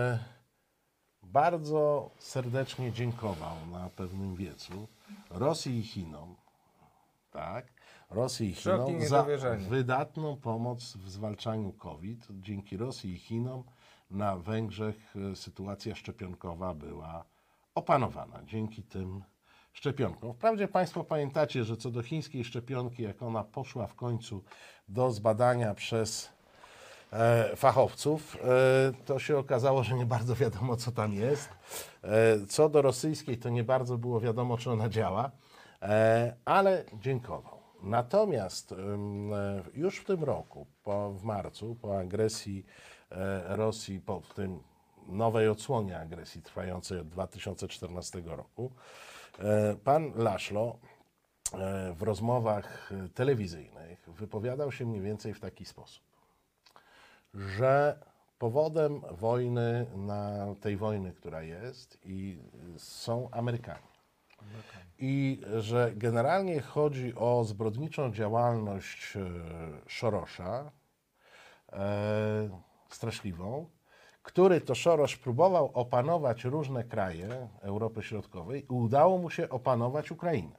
bardzo serdecznie dziękował na pewnym wiecu Rosji i Chinom. Tak, Rosji i Chinom za wydatną pomoc w zwalczaniu COVID. Dzięki Rosji i Chinom na Węgrzech sytuacja szczepionkowa była opanowana dzięki tym szczepionkom. Wprawdzie Państwo pamiętacie, że co do chińskiej szczepionki, jak ona poszła w końcu do zbadania przez fachowców, to się okazało, że nie bardzo wiadomo, co tam jest. Co do rosyjskiej, to nie bardzo było wiadomo, czy ona działa, ale dziękował. Natomiast już w tym roku, w marcu, po agresji Rosji, po tym nowej odsłonie agresji trwającej od 2014 roku, pan László w rozmowach telewizyjnych wypowiadał się mniej więcej w taki sposób, że powodem wojny, tej wojny, która jest, i są Amerykanie. I że generalnie chodzi o zbrodniczą działalność Sorosza, straszliwą, który to Soros próbował opanować różne kraje Europy Środkowej i udało mu się opanować Ukrainę.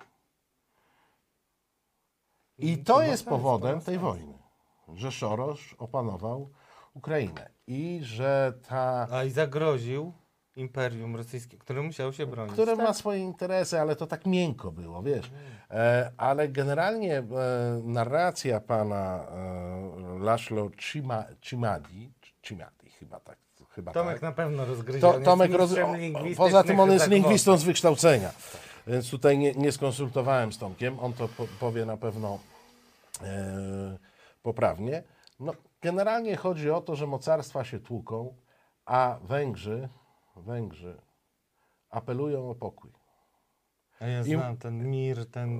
I to jest powodem tej wojny, że Soros opanował Ukrainę i że i zagroził Imperium Rosyjskie, które musiało się bronić. które ma swoje interesy, ale to tak miękko było, wiesz. Ale generalnie narracja pana Laszlo Cimadi chyba tak. Tomek na pewno rozgryziony. Poza tym on jest lingwistą z wykształcenia, więc tutaj nie skonsultowałem z Tomkiem, on to powie na pewno poprawnie. No, generalnie chodzi o to, że mocarstwa się tłuką, a Węgrzy apelują o pokój. A ja znam ten mir,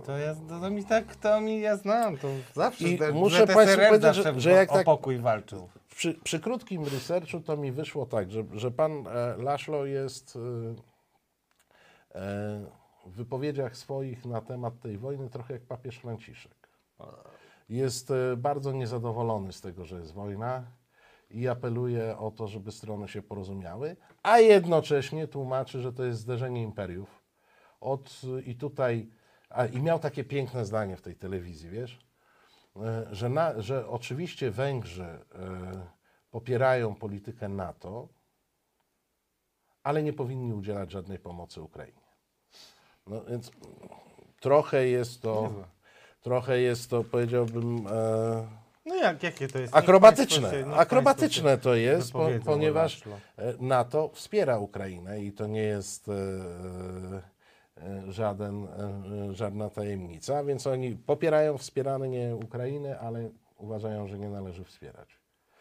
ja znam, to zawsze. I muszę Państwu powiedzieć, że jak tak o pokój walczył. Przy krótkim researchu to mi wyszło tak, że pan Laszlo jest w wypowiedziach swoich na temat tej wojny trochę jak papież Franciszek. Jest bardzo niezadowolony z tego, że jest wojna i apeluje o to, żeby strony się porozumiały, a jednocześnie tłumaczy, że to jest zderzenie imperiów. I miał takie piękne zdanie w tej telewizji, wiesz, że oczywiście Węgrzy popierają politykę NATO, ale nie powinni udzielać żadnej pomocy Ukrainie. No więc trochę jest to, powiedziałbym, no jakie to jest? Akrobatyczne to jest, ponieważ NATO wspiera Ukrainę i to nie jest żadna tajemnica, więc oni popierają wspieranie Ukrainy, ale uważają, że nie należy wspierać.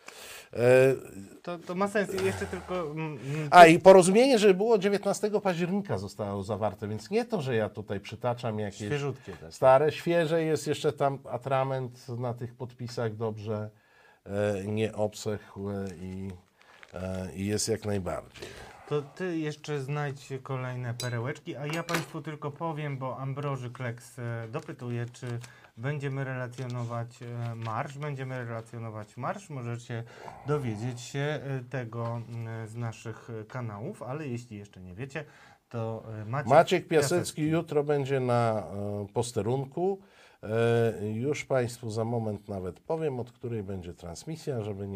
To ma sens. Jeszcze tylko... I porozumienie, żeby było 19 października zostało zawarte, więc nie to, że ja tutaj przytaczam jakieś świeżutkie też. Stare, świeże, jest jeszcze tam atrament na tych podpisach dobrze nie obsechł i jest jak najbardziej. To ty jeszcze znajdź kolejne perełeczki, a ja Państwu tylko powiem, bo Ambroży Kleks dopytuje, czy będziemy relacjonować marsz. Będziemy relacjonować marsz. Możecie dowiedzieć się tego z naszych kanałów, ale jeśli jeszcze nie wiecie, to Maciek Piasecki jutro będzie na posterunku. Już Państwu za moment nawet powiem, od której będzie transmisja, żeby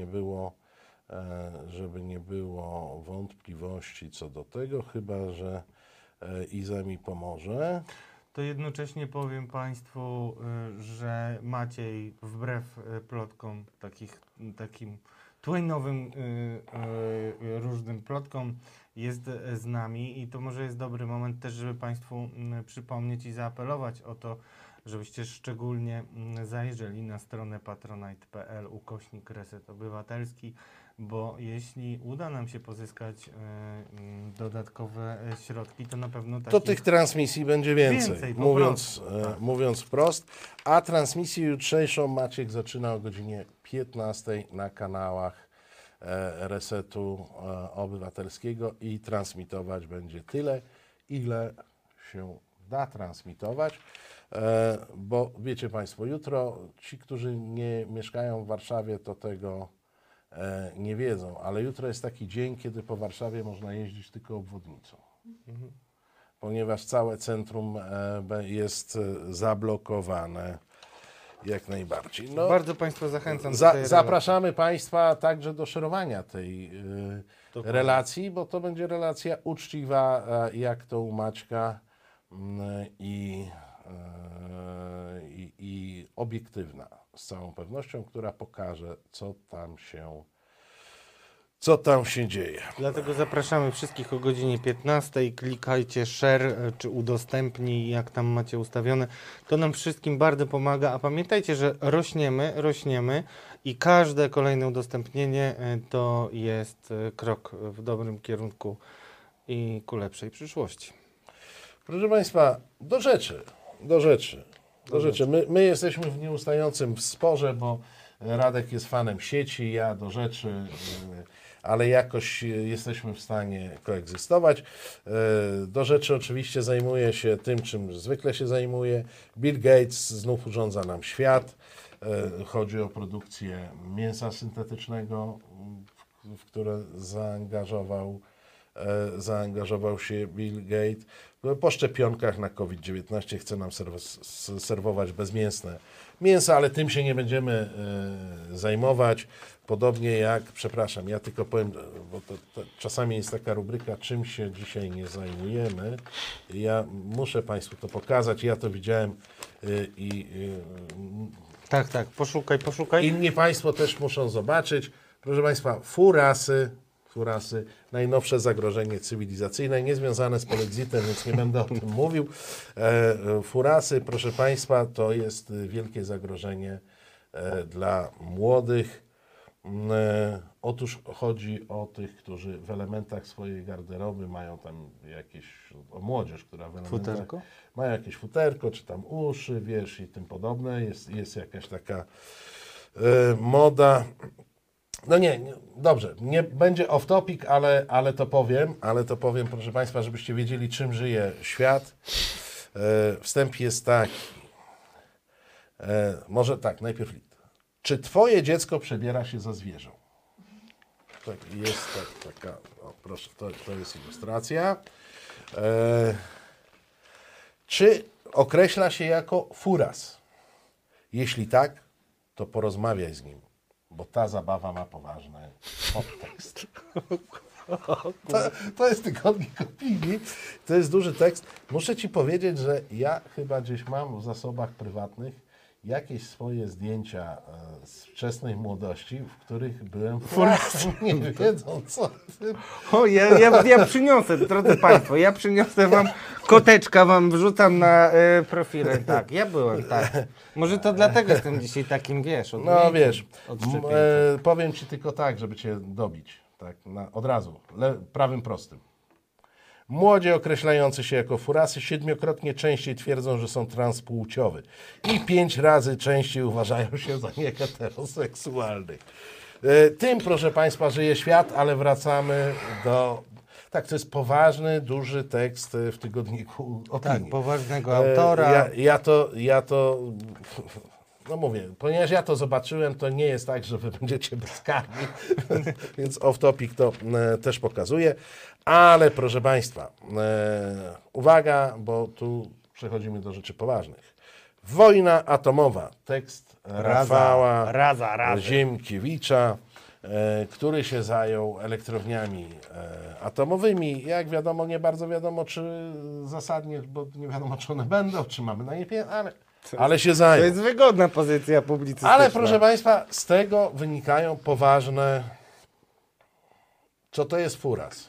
nie było wątpliwości co do tego, chyba że Iza mi pomoże. To jednocześnie powiem Państwu, że Maciej wbrew plotkom, takim twainowym różnym plotkom, jest z nami i to może jest dobry moment też, żeby Państwu przypomnieć i zaapelować o to, żebyście szczególnie zajrzeli na stronę patronite.pl/Reset Obywatelski, bo jeśli uda nam się pozyskać dodatkowe środki, to na pewno to tych transmisji będzie więcej mówiąc wprost. A transmisję jutrzejszą Maciek zaczyna o godzinie 15 na kanałach Resetu Obywatelskiego i transmitować będzie tyle, ile się da transmitować. Bo wiecie Państwo, jutro ci, którzy nie mieszkają w Warszawie, to tego nie wiedzą, ale jutro jest taki dzień, kiedy po Warszawie można jeździć tylko obwodnicą. Ponieważ całe centrum jest zablokowane jak najbardziej. No, bardzo Państwa zachęcam do tej zapraszamy Państwa także do szerowania tej relacji, bo to będzie relacja uczciwa, jak to u Maćka i obiektywna z całą pewnością, która pokaże, co tam się dzieje. Dlatego zapraszamy wszystkich o godzinie 15. Klikajcie share czy udostępnij, jak tam macie ustawione. To nam wszystkim bardzo pomaga, a pamiętajcie, że rośniemy i każde kolejne udostępnienie to jest krok w dobrym kierunku i ku lepszej przyszłości. Proszę Państwa, do rzeczy. My jesteśmy w nieustającym sporze, bo Radek jest fanem sieci, ja do rzeczy. ale jakoś jesteśmy w stanie koegzystować. Do rzeczy oczywiście zajmuje się tym, czym zwykle się zajmuje. Bill Gates znów urządza nam świat. Chodzi o produkcję mięsa syntetycznego, w które zaangażował się Bill Gates. Po szczepionkach na COVID-19 chce nam serwować bezmięsne mięso, ale tym się nie będziemy zajmować. Podobnie jak, przepraszam, ja tylko powiem, bo to czasami jest taka rubryka, czym się dzisiaj nie zajmujemy. Ja muszę Państwu to pokazać. Ja to widziałem Tak, poszukaj. Inni Państwo też muszą zobaczyć. Proszę Państwa, furasy, najnowsze zagrożenie cywilizacyjne, niezwiązane z polexitem, więc nie będę o tym mówił. Furasy, proszę Państwa, to jest wielkie zagrożenie dla młodych. Otóż chodzi o tych, którzy w elementach swojej garderoby mają tam o młodzież, która w elementach ma jakieś futerko, czy tam uszy, wiesz, i tym podobne. Jest jakaś taka moda. No nie, dobrze, nie będzie off topic, ale to powiem, proszę Państwa, żebyście wiedzieli, czym żyje świat. Wstęp jest taki. Może tak, najpierw czy Twoje dziecko przebiera się za zwierzę? Tak, jest taka, o proszę, to jest ilustracja. Czy określa się jako furas? Jeśli tak, to porozmawiaj z nim, bo ta zabawa ma poważny podtekst. To jest tygodnik opinii, to jest duży tekst. Muszę Ci powiedzieć, że ja chyba gdzieś mam w zasobach prywatnych jakieś swoje zdjęcia z wczesnej młodości, w których byłem furasem, nie wiedzą co ty. O, ja przyniosę, drodzy Państwo, ja przyniosę Wam koteczka, Wam wrzucam na profile. Tak, ja byłem, tak. Może to dlatego jestem dzisiaj takim, wiesz, no wiesz, powiem Ci tylko tak, żeby Cię dobić, tak, od razu, prawym prostym. Młodzi określający się jako furasy 7-krotnie częściej twierdzą, że są transpłciowi i 5 razy częściej uważają się za nieheteroseksualnych. Tym, proszę Państwa, żyje świat, ale wracamy do... Tak, to jest poważny, duży tekst w tygodniku opinii. Tak, poważnego autora. Ja to no mówię, ponieważ ja to zobaczyłem, to nie jest tak, że wy będziecie bezkarni, więc off topic to też pokazuje. Ale proszę Państwa, uwaga, bo tu przechodzimy do rzeczy poważnych. Wojna atomowa, tekst Rafała Ziemkiewicza, który się zajął elektrowniami atomowymi. Jak wiadomo, nie bardzo wiadomo, czy zasadnie, bo nie wiadomo, czy one będą, czy mamy na nie pieniądze, ale się zajął. To jest wygodna pozycja publicystyczna. Ale proszę Państwa, z tego wynikają poważne... Co to jest furas?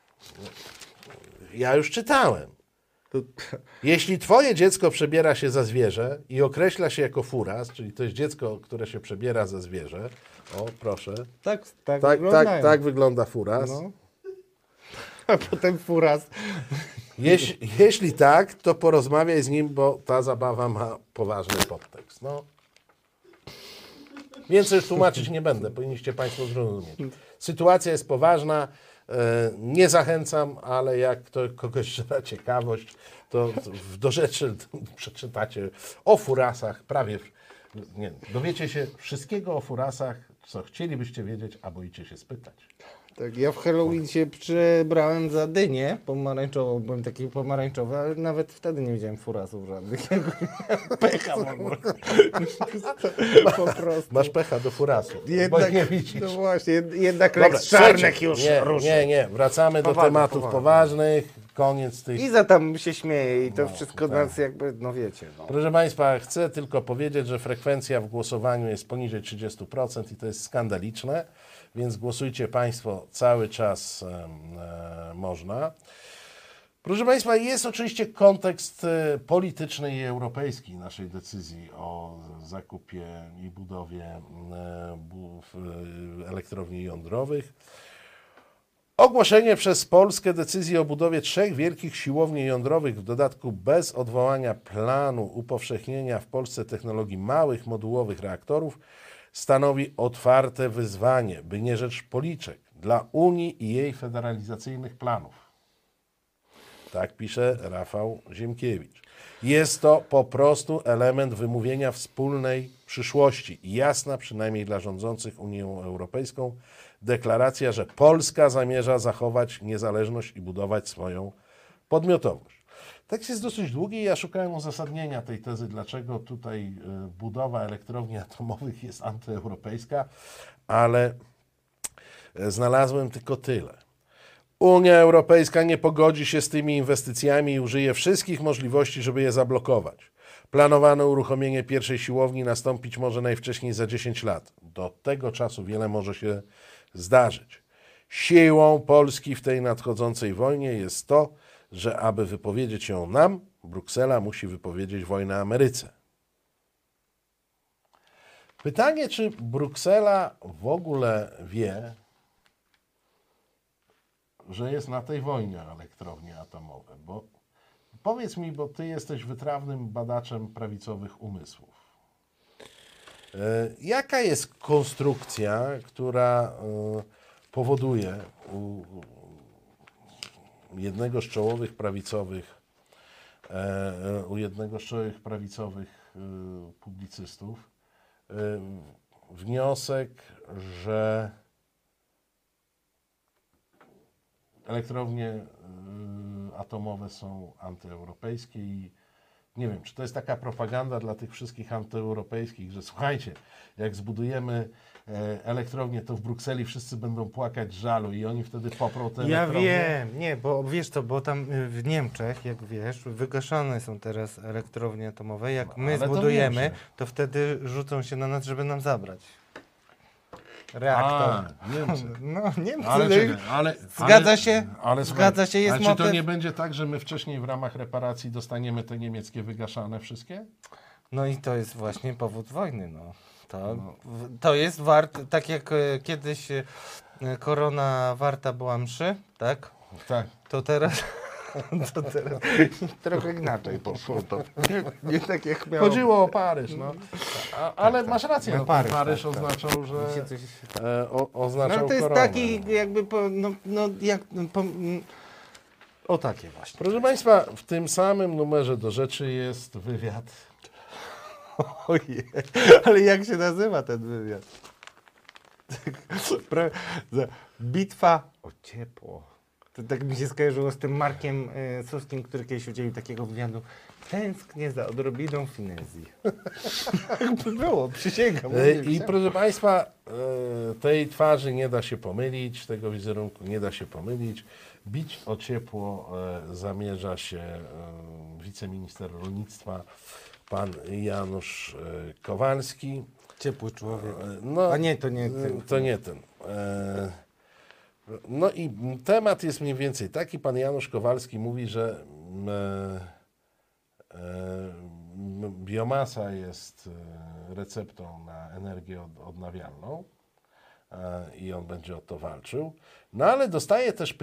Ja już czytałem. Jeśli Twoje dziecko przebiera się za zwierzę i określa się jako furas, czyli to jest dziecko, które się przebiera za zwierzę, o proszę, tak wygląda furas. No. A potem furas. Jeśli tak, to porozmawiaj z nim, bo ta zabawa ma poważny podtekst. No. Więcej już tłumaczyć nie będę, powinniście Państwo zrozumieć. Sytuacja jest poważna, nie zachęcam, ale jak to kogoś żera ciekawość, to do rzeczy przeczytacie o furasach, dowiecie się wszystkiego o furasach, co chcielibyście wiedzieć, a boicie się spytać. Tak, ja w Halloween się przebrałem za dynię pomarańczową, byłem taki pomarańczowy, ale nawet wtedy nie widziałem furasów żadnych. Pecha w ogóle. Po prostu. Masz pecha do furasów, bo nie widzisz. No właśnie, jednak Lex Czarnek już ruszył. Nie, wracamy do tematów poważnych, koniec tych... Iza tam się śmieje i to wszystko nas jakby, no wiecie. No. Proszę Państwa, chcę tylko powiedzieć, że frekwencja w głosowaniu jest poniżej 30% i to jest skandaliczne. Więc głosujcie Państwo cały czas można. Proszę Państwa, jest oczywiście kontekst polityczny i europejski naszej decyzji o zakupie i budowie elektrowni jądrowych. Ogłoszenie przez Polskę decyzji o budowie 3 wielkich siłowni jądrowych, w dodatku bez odwołania planu upowszechnienia w Polsce technologii małych modułowych reaktorów, stanowi otwarte wyzwanie, by nie rzec policzek, dla Unii i jej federalizacyjnych planów. Tak pisze Rafał Ziemkiewicz. Jest to po prostu element wymówienia wspólnej przyszłości. Jasna, przynajmniej dla rządzących Unią Europejską, deklaracja, że Polska zamierza zachować niezależność i budować swoją podmiotowość. Tekst jest dosyć długi i ja szukałem uzasadnienia tej tezy, dlaczego tutaj budowa elektrowni atomowych jest antyeuropejska, ale znalazłem tylko tyle. Unia Europejska nie pogodzi się z tymi inwestycjami i użyje wszystkich możliwości, żeby je zablokować. Planowane uruchomienie pierwszej siłowni nastąpić może najwcześniej za 10 lat. Do tego czasu wiele może się zdarzyć. Siłą Polski w tej nadchodzącej wojnie jest to, że aby wypowiedzieć ją nam, Bruksela musi wypowiedzieć wojnę Ameryce. Pytanie, czy Bruksela w ogóle wie, że jest na tej wojnie elektrownie atomowe? Bo powiedz mi, bo ty jesteś wytrawnym badaczem prawicowych umysłów. Jaka jest konstrukcja, która powoduje u jednego z czołowych prawicowych publicystów wniosek, że elektrownie atomowe są antyeuropejskie i nie wiem, czy to jest taka propaganda dla tych wszystkich antyeuropejskich, że słuchajcie, jak zbudujemy elektrownię, to w Brukseli wszyscy będą płakać z żalu i oni wtedy poprą te elektrownie. Ja wiem, nie, bo wiesz co, bo tam w Niemczech, jak wiesz, wygaszane są teraz elektrownie atomowe. Jak my zbudujemy, to wtedy rzucą się na nas, żeby nam zabrać reaktor. Niemcy. No, Niemcy. Zgadza się? Ale Zgadza się, jest czy to motyw. nie będzie tak, że my wcześniej w ramach reparacji dostaniemy te niemieckie wygaszane wszystkie? No i to jest właśnie powód wojny. No. To jest warte, tak jak kiedyś korona warta była mszy, tak? Tak. To teraz trochę inaczej poszło to. Nie tak jak miało. Chodziło o Paryż, no. Ale masz rację, No, Paryż oznaczał, że oznaczał no to jest koronę. taki jakby, o takie właśnie. Proszę Państwa, w tym samym numerze do rzeczy jest wywiad. Ojej, ale jak się nazywa ten wywiad? Bitwa o ciepło. To tak mi się skojarzyło z tym Markiem Suskim, który kiedyś udzielił takiego wywiadu. Tęsknię za odrobiną finezji. Jakby było, przysięgam. I proszę Państwa, tej twarzy nie da się pomylić, tego wizerunku nie da się pomylić. Bić o ciepło zamierza się wiceminister rolnictwa, pan Janusz Kowalski. Ciepły człowiek. No, a nie, to nie ten. To nie ten. No i temat jest mniej więcej taki. Pan Janusz Kowalski mówi, że biomasa jest receptą na energię odnawialną i on będzie o to walczył. No ale dostaje też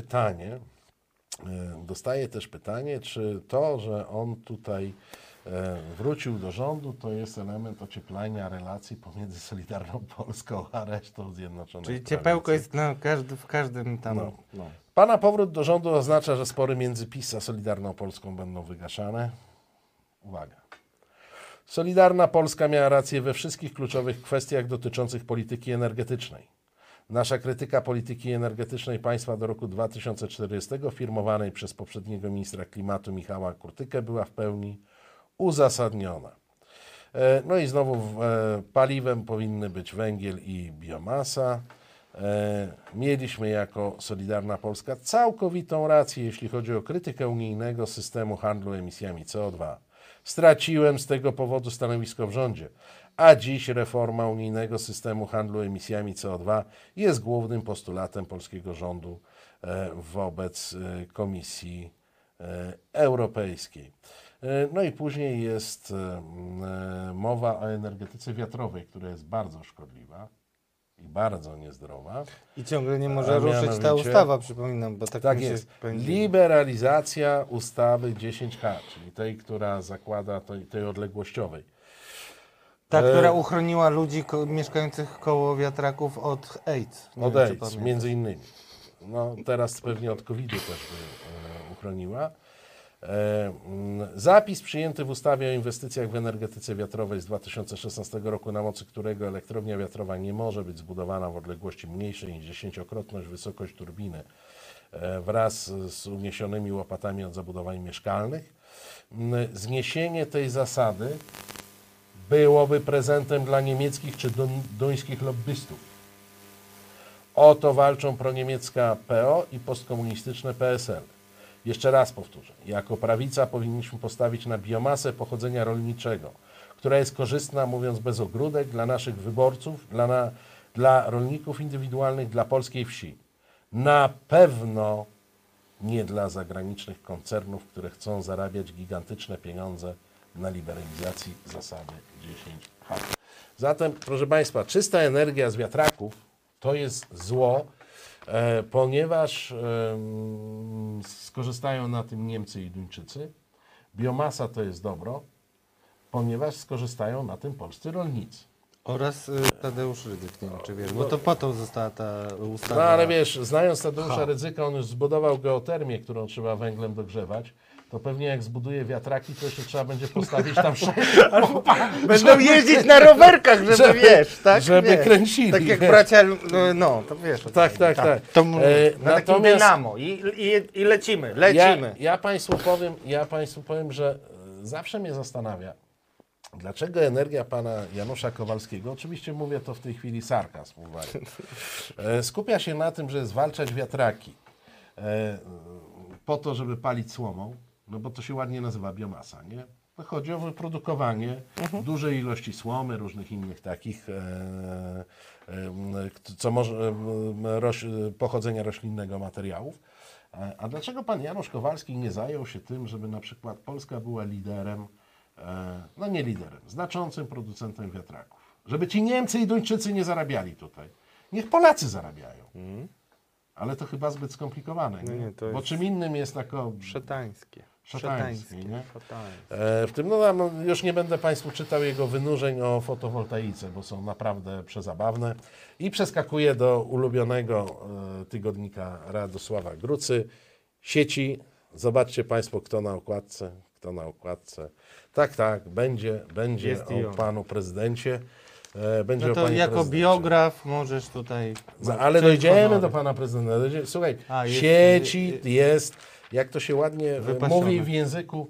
pytanie, czy to, że on tutaj wrócił do rządu, to jest element ocieplania relacji pomiędzy Solidarną Polską a resztą Zjednoczonej Czyli Prawicy. ciepełko jest w każdym tam. No. Pana powrót do rządu oznacza, że spory między PiS a Solidarną Polską będą wygaszane. Uwaga. Solidarna Polska miała rację we wszystkich kluczowych kwestiach dotyczących polityki energetycznej. Nasza krytyka polityki energetycznej państwa do roku 2040, firmowanej przez poprzedniego ministra klimatu Michała Kurtykę, była w pełni uzasadniona. No i znowu paliwem powinny być węgiel i biomasa. Mieliśmy jako Solidarna Polska całkowitą rację, jeśli chodzi o krytykę unijnego systemu handlu emisjami CO2. Straciłem z tego powodu stanowisko w rządzie, a dziś reforma unijnego systemu handlu emisjami CO2 jest głównym postulatem polskiego rządu wobec Komisji Europejskiej. No i później jest mowa o energetyce wiatrowej, która jest bardzo szkodliwa i bardzo niezdrowa. I ciągle nie może ruszyć ta ustawa, przypominam, bo tak mi się jest. pędzi. Liberalizacja ustawy 10H, czyli tej, która zakłada tej odległościowej. Ta, która uchroniła ludzi mieszkających koło wiatraków od AIDS. Nie Od wiem, czy AIDS, pamiętasz. między innymi. No, teraz pewnie od COVID-u też by uchroniła. Zapis przyjęty w ustawie o inwestycjach w energetyce wiatrowej z 2016 roku, na mocy którego elektrownia wiatrowa nie może być zbudowana w odległości mniejszej niż 10-krotność wysokość turbiny wraz z uniesionymi łopatami od zabudowań mieszkalnych. Zniesienie tej zasady byłoby prezentem dla niemieckich czy duńskich lobbystów. O to walczą proniemiecka PO i postkomunistyczne PSL. Jeszcze raz powtórzę, jako prawica powinniśmy postawić na biomasę pochodzenia rolniczego, która jest korzystna, mówiąc bez ogródek, dla naszych wyborców, dla rolników indywidualnych, dla polskiej wsi. Na pewno nie dla zagranicznych koncernów, które chcą zarabiać gigantyczne pieniądze na liberalizacji zasady 10H. Zatem, proszę Państwa, czysta energia z wiatraków to jest zło, ponieważ skorzystają na tym Niemcy i Duńczycy. Biomasa to jest dobro, ponieważ skorzystają na tym polscy rolnicy. Oraz Tadeusz Rydzyk, nie wiem czy wiesz, bo to po to została ta ustawa. No ale wiesz, znając Tadeusza Rydzyka, on już zbudował geotermię, którą trzeba węglem dogrzewać. To pewnie jak zbuduje wiatraki, to jeszcze trzeba będzie postawić tam Będą jeździć na rowerkach, żeby wiesz, tak? Żeby wiesz, kręcili. Tak jak wiesz. bracia, no to wiesz. Tak. To, na takim Natomiast dynamo i lecimy. Ja Państwu powiem, że zawsze mnie zastanawia, dlaczego energia pana Janusza Kowalskiego, oczywiście mówię to w tej chwili sarkazm, uwaga, skupia się na tym, że zwalczać wiatraki po to, żeby palić słomą, no bo to się ładnie nazywa biomasa, nie? No chodzi o wyprodukowanie dużej ilości słomy, różnych innych takich, co może pochodzenia roślinnego materiałów. A dlaczego pan Janusz Kowalski nie zajął się tym, żeby na przykład Polska była liderem, no nie liderem, znaczącym producentem wiatraków? Żeby ci Niemcy i Duńczycy nie zarabiali tutaj. Niech Polacy zarabiają. Ale to chyba zbyt skomplikowane, nie? nie, to Bo jest czym innym jest tako szatańskie. szatańskie, nie? Szatańskie. W tym, no już nie będę Państwu czytał jego wynurzeń o fotowoltaice, bo są naprawdę przezabawne. I przeskakuję do ulubionego tygodnika Radosława Grucy, sieci. Zobaczcie Państwo, kto na okładce. Tak, będzie Jest i o on. panu prezydencie. Będzie No o to panie jako prezydencie. biograf możesz tutaj... Ale Część dojdziemy honoru. do pana prezydenta. Słuchaj, Jest, sieci jest, jak to się ładnie wypasione. mówi w języku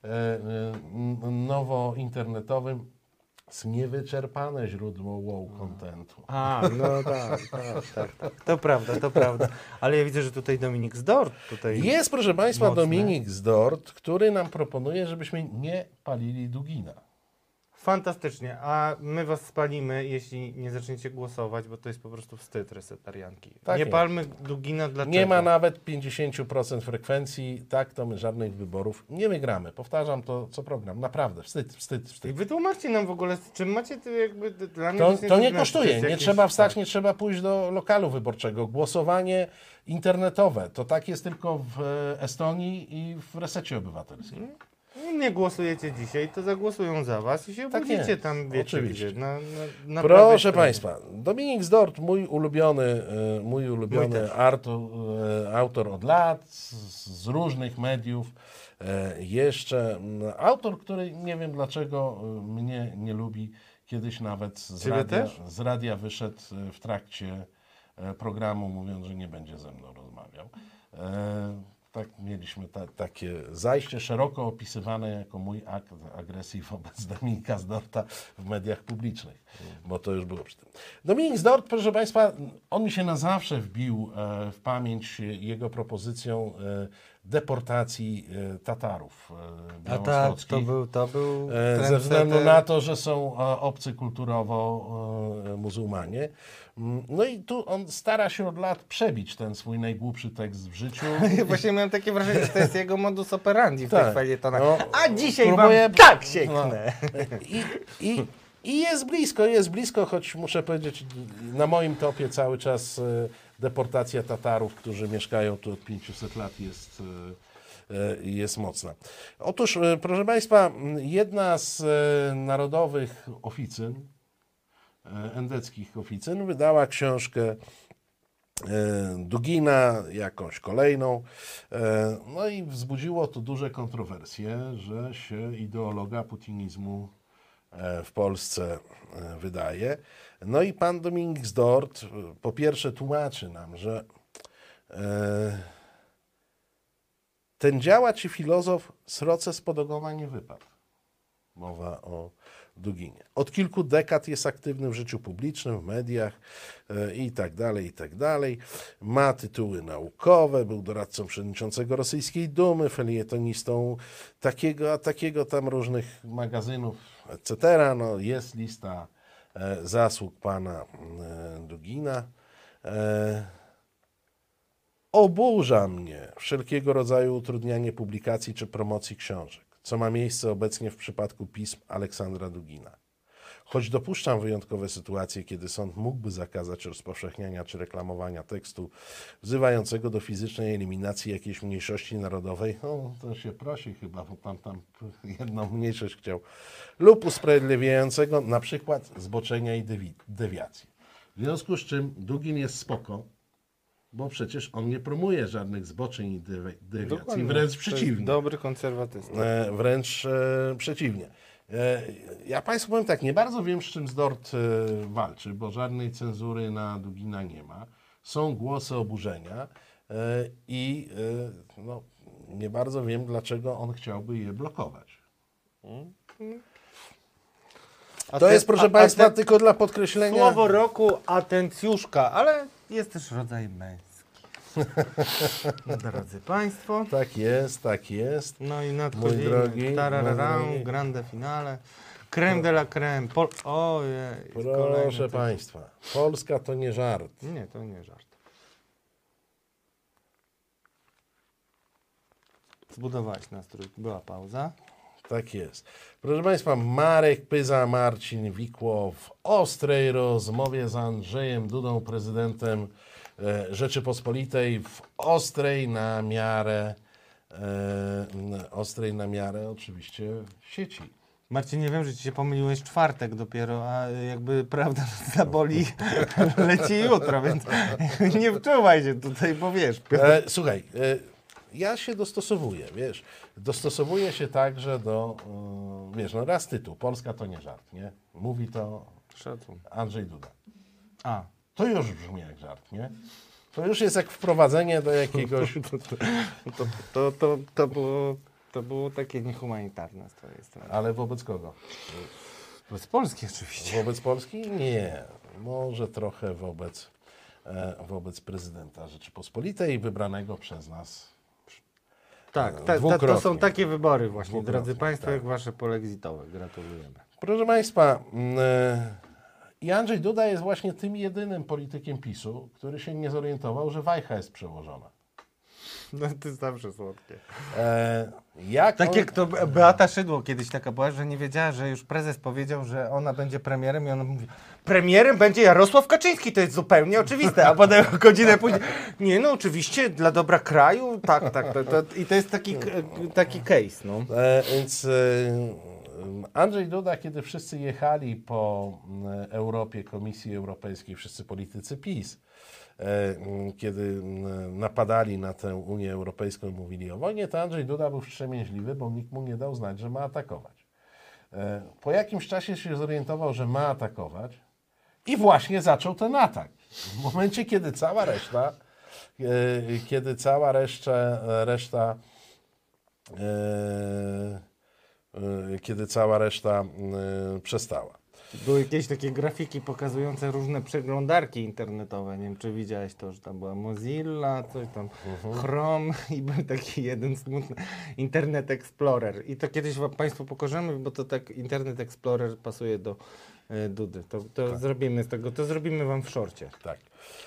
nowo-internetowym, niewyczerpane źródło wow contentu. No tak. To prawda. Ale ja widzę, że tutaj Dominik Zdor tutaj... Jest, proszę Państwa, mocne. Dominik Zdort, który nam proponuje, żebyśmy nie palili Dugina. Fantastycznie, a my was spalimy, jeśli nie zaczniecie głosować, bo to jest po prostu wstyd resetarianki. Tak nie jest. palmy Dugina, dlaczego? Nie ma nawet 50% frekwencji, tak to my żadnych wyborów nie wygramy. Powtarzam to co program, naprawdę, wstyd. I wytłumaczcie nam w ogóle, z czym macie ty jakby... Dla mnie To jest nie zrozumiałe, kosztuje, czy to jest nie jakieś- trzeba wstać, tak. nie trzeba pójść do lokalu wyborczego. Głosowanie internetowe, to tak jest tylko w Estonii i w Resecie Obywatelskim. Nie głosujecie dzisiaj, to zagłosują za was i się Tak obudzicie jest, tam, wiecie oczywiście. gdzie, na prawej Proszę stronie. Państwa, Dominik Zdort, mój ulubiony też. autor od lat, z różnych mediów. Jeszcze autor, który nie wiem dlaczego mnie nie lubi, kiedyś nawet Ciebie też? z radia wyszedł w trakcie programu, mówiąc, że nie będzie ze mną rozmawiał. Tak, mieliśmy takie zajście szeroko opisywane jako mój akt agresji wobec Dominika Zdorta w mediach publicznych, bo to już było przy tym. Dominik Zdort, proszę Państwa, on mi się na zawsze wbił w pamięć jego propozycją deportacji Tatarów A tak, białostockich. to był Ze względu trendsetter. na to, że są obcy kulturowo muzułmanie. No i tu on stara się od lat przebić ten swój najgłupszy tekst w życiu. Ja właśnie miałem takie wrażenie, że to jest jego modus operandi w Tak. tych felietonach. No, A dzisiaj próbuję- wam tak sięgnę. I jest blisko, choć muszę powiedzieć, na moim topie cały czas deportacja Tatarów, którzy mieszkają tu od 500 lat jest mocna. Otóż, proszę Państwa, jedna z narodowych oficyn, endeckich oficyn, wydała książkę Dugina, jakąś kolejną, no i wzbudziło to duże kontrowersje, że się ideologa putinizmu w Polsce wydaje. No i pan Dominik Zdort po pierwsze tłumaczy nam, że ten działacz i filozof sroce spod ogona nie wypadł. Mowa o Duginie. Od kilku dekad jest aktywny w życiu publicznym, w mediach i tak dalej, i tak dalej. Ma tytuły naukowe, był doradcą przewodniczącego rosyjskiej Dumy, felietonistą takiego, a takiego tam różnych magazynów, etc. No, jest lista zasług pana Dugina. Oburza mnie wszelkiego rodzaju utrudnianie publikacji czy promocji książek, co ma miejsce obecnie w przypadku pism Aleksandra Dugina. Choć dopuszczam wyjątkowe sytuacje, kiedy sąd mógłby zakazać rozpowszechniania czy reklamowania tekstu wzywającego do fizycznej eliminacji jakiejś mniejszości narodowej, no to się prosi chyba, bo pan tam jedną mniejszość chciał, lub usprawiedliwiającego na przykład zboczenia i dewiacji. W związku z czym Dugin jest spoko, bo przecież on nie promuje żadnych zboczeń i dewiacji, Dokładnie. wręcz przeciwnie. Dobry konserwatysta. Wręcz przeciwnie. Ja Państwu powiem tak, nie bardzo wiem, z czym Zdort walczy, bo żadnej cenzury na Dugina nie ma. Są głosy oburzenia i no, nie bardzo wiem, dlaczego on chciałby je blokować. To jest, proszę Państwa, tylko dla podkreślenia... Słowo roku atencjuszka, ale jest też rodzaj męski. Drodzy Państwo. Tak jest, tak jest. No i Mój nadchodzimy. drogi, Tarararam, grande finale. Creme de la creme. Ojej. Proszę Państwa, Polska to nie żart. Nie, to nie żart. Zbudowałeś nastrój. Była pauza. Tak jest. Proszę Państwa, Marek Pyza, Marcin Wikło w ostrej rozmowie z Andrzejem Dudą, prezydentem Rzeczypospolitej, w ostrej na miarę oczywiście sieci. Marcin, nie wiem, że ci się pomyliłeś czwartek dopiero, a jakby prawda zaboli, leci jutro, więc nie wczuwaj się tutaj, bo wiesz. Słuchaj, ja się dostosowuję, wiesz, dostosowuję się także do, wiesz, no raz tytuł, Polska to nie żart, nie? Mówi to Szacun. Andrzej Duda. A. To już brzmi jak żart, nie? To już jest jak wprowadzenie do jakiegoś... To było takie niehumanitarne z twojej strony. Ale wobec kogo? Wobec Polski oczywiście. Wobec Polski? Nie. Może trochę wobec prezydenta Rzeczypospolitej wybranego przez nas. Tak, to są takie wybory właśnie, drodzy Państwo, jak wasze polexitowe. Gratulujemy. Proszę Państwa, i Andrzej Duda jest właśnie tym jedynym politykiem PiS-u, który się nie zorientował, że wajcha jest przełożona. No to jest zawsze słodkie. Jak to Beata Szydło kiedyś taka była, że nie wiedziała, że już prezes powiedział, że ona będzie premierem i ona mówi, premierem będzie Jarosław Kaczyński, to jest zupełnie oczywiste, a potem godzinę później, nie no oczywiście, dla dobra kraju, tak, i to jest taki case, no. Więc Andrzej Duda, kiedy wszyscy jechali po Europie, Komisji Europejskiej, wszyscy politycy PiS, kiedy napadali na tę Unię Europejską i mówili o wojnie, to Andrzej Duda był wstrzemięźliwy, bo nikt mu nie dał znać, że ma atakować. Po jakimś czasie się zorientował, że ma atakować i właśnie zaczął ten atak. W momencie, kiedy cała reszta przestała. Były jakieś takie grafiki pokazujące różne przeglądarki internetowe. Nie wiem, czy widziałeś to, że tam była Mozilla, coś tam, Chrome i był taki jeden smutny Internet Explorer. I to kiedyś Państwu pokażemy, bo to tak Internet Explorer pasuje do Dudy. To tak. Zrobimy z tego, to zrobimy Wam w szorcie. Tak.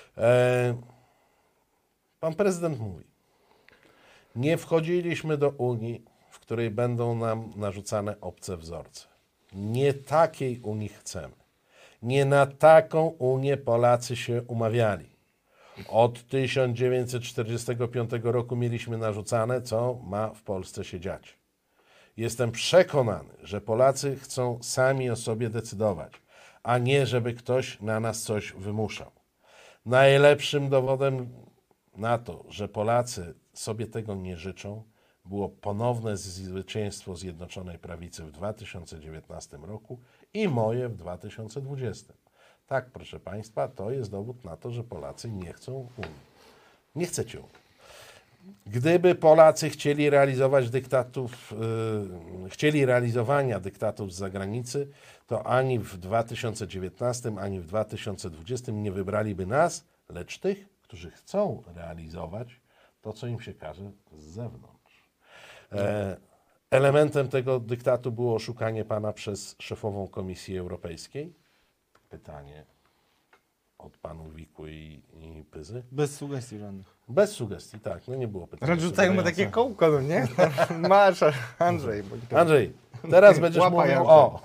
Pan prezydent mówi, nie wchodziliśmy do Unii, w której będą nam narzucane obce wzorce. Nie takiej Unii chcemy. Nie na taką Unię Polacy się umawiali. Od 1945 roku mieliśmy narzucane, co ma w Polsce się dziać. Jestem przekonany, że Polacy chcą sami o sobie decydować, a nie żeby ktoś na nas coś wymuszał. Najlepszym dowodem na to, że Polacy sobie tego nie życzą, było ponowne zwycięstwo Zjednoczonej Prawicy w 2019 roku i moje w 2020. Tak, proszę Państwa, to jest dowód na to, że Polacy nie chcą Unii. Nie chcecie Unii. Gdyby Polacy chcieli realizowania dyktatów z zagranicy, to ani w 2019, ani w 2020 nie wybraliby nas, lecz tych, którzy chcą realizować to, co im się każe z zewnątrz. Elementem tego dyktatu było oszukanie pana przez szefową Komisji Europejskiej. Pytanie od panów Wiku i Pyzy. Bez sugestii żadnych. Bez sugestii, tak, no nie było pytania. Rzucają mu takie kołko, no nie? Masz, Andrzej. Andrzej, teraz będziesz Łapa mówił Janka. o...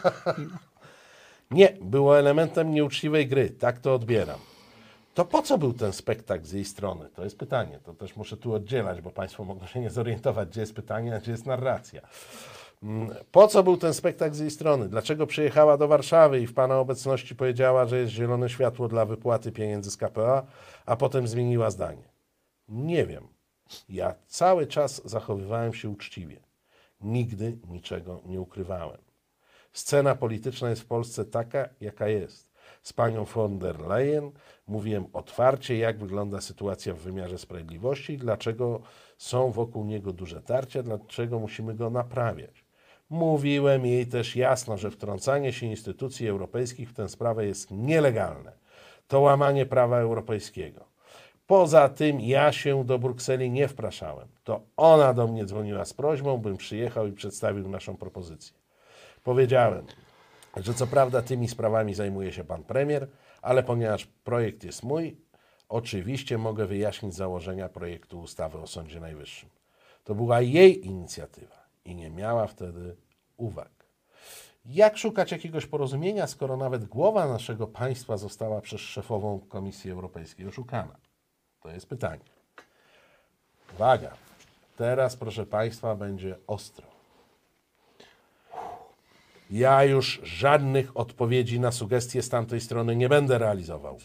Nie, było elementem nieuczciwej gry, tak to odbieram. To po co był ten spektakl z jej strony? To jest pytanie, to też muszę tu oddzielać, bo Państwo mogą się nie zorientować, gdzie jest pytanie, a gdzie jest narracja. Po co był ten spektakl z jej strony? Dlaczego przyjechała do Warszawy i w Pana obecności powiedziała, że jest zielone światło dla wypłaty pieniędzy z KPA, a potem zmieniła zdanie? Nie wiem. Ja cały czas zachowywałem się uczciwie. Nigdy niczego nie ukrywałem. Scena polityczna jest w Polsce taka, jaka jest. Z panią von der Leyen mówiłem otwarcie, jak wygląda sytuacja w wymiarze sprawiedliwości, dlaczego są wokół niego duże tarcia, dlaczego musimy go naprawiać. Mówiłem jej też jasno, że wtrącanie się instytucji europejskich w tę sprawę jest nielegalne. To łamanie prawa europejskiego. Poza tym ja się do Brukseli nie wpraszałem. To ona do mnie dzwoniła z prośbą, bym przyjechał i przedstawił naszą propozycję. Powiedziałem, że co prawda tymi sprawami zajmuje się pan premier, ale ponieważ projekt jest mój, oczywiście mogę wyjaśnić założenia projektu ustawy o Sądzie Najwyższym. To była jej inicjatywa i nie miała wtedy uwag. Jak szukać jakiegoś porozumienia, skoro nawet głowa naszego państwa została przez szefową Komisji Europejskiej oszukana? To jest pytanie. Uwaga, teraz proszę Państwa będzie ostro. Ja już żadnych odpowiedzi na sugestie z tamtej strony nie będę realizował.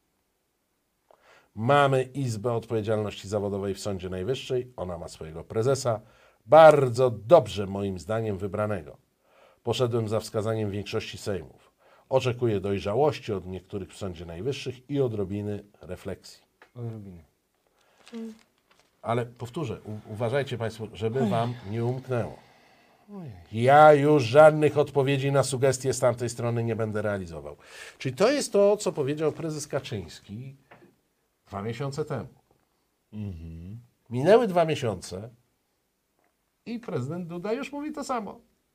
Mamy Izbę Odpowiedzialności Zawodowej w Sądzie Najwyższej, ona ma swojego prezesa, bardzo dobrze moim zdaniem wybranego. Poszedłem za wskazaniem większości sejmów. Oczekuję dojrzałości od niektórych w Sądzie Najwyższym i odrobiny refleksji. Odrobiny. Ale powtórzę, uważajcie Państwo, żeby Wam nie umknęło. Ja już żadnych odpowiedzi na sugestie z tamtej strony nie będę realizował. Czyli to jest to, co powiedział prezes Kaczyński 2 miesiące temu. Minęły 2 miesiące i prezydent Duda już mówi to samo.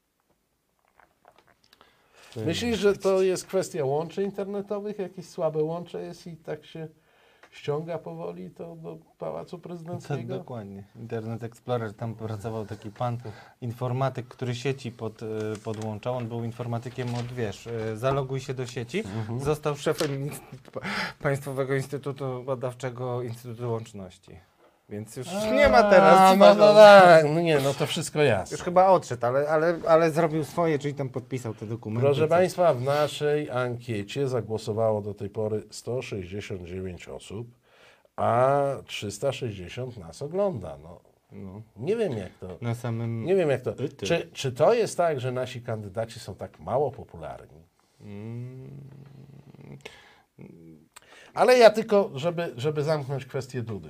Myślisz, że to jest kwestia łączy internetowych, jakieś słabe łącze jest i tak się ściąga powoli to do Pałacu Prezydenckiego? Tak, dokładnie. Internet Explorer, tam pracował taki pan, informatyk, który sieci podłączał. On był informatykiem od, zaloguj się do sieci. Został szefem Państwowego Instytutu Badawczego Instytutu Łączności. Więc już nie ma teraz. No to wszystko jasne. Już chyba odszedł, ale zrobił swoje, czyli tam podpisał te dokumenty. Proszę Państwa, w naszej ankiecie zagłosowało do tej pory 169 osób, a 360 nas ogląda. Nie wiem jak to. Na samym... Nie wiem jak to. Czy to jest tak, że nasi kandydaci są tak mało popularni? Ale ja tylko, żeby zamknąć kwestię Dudy.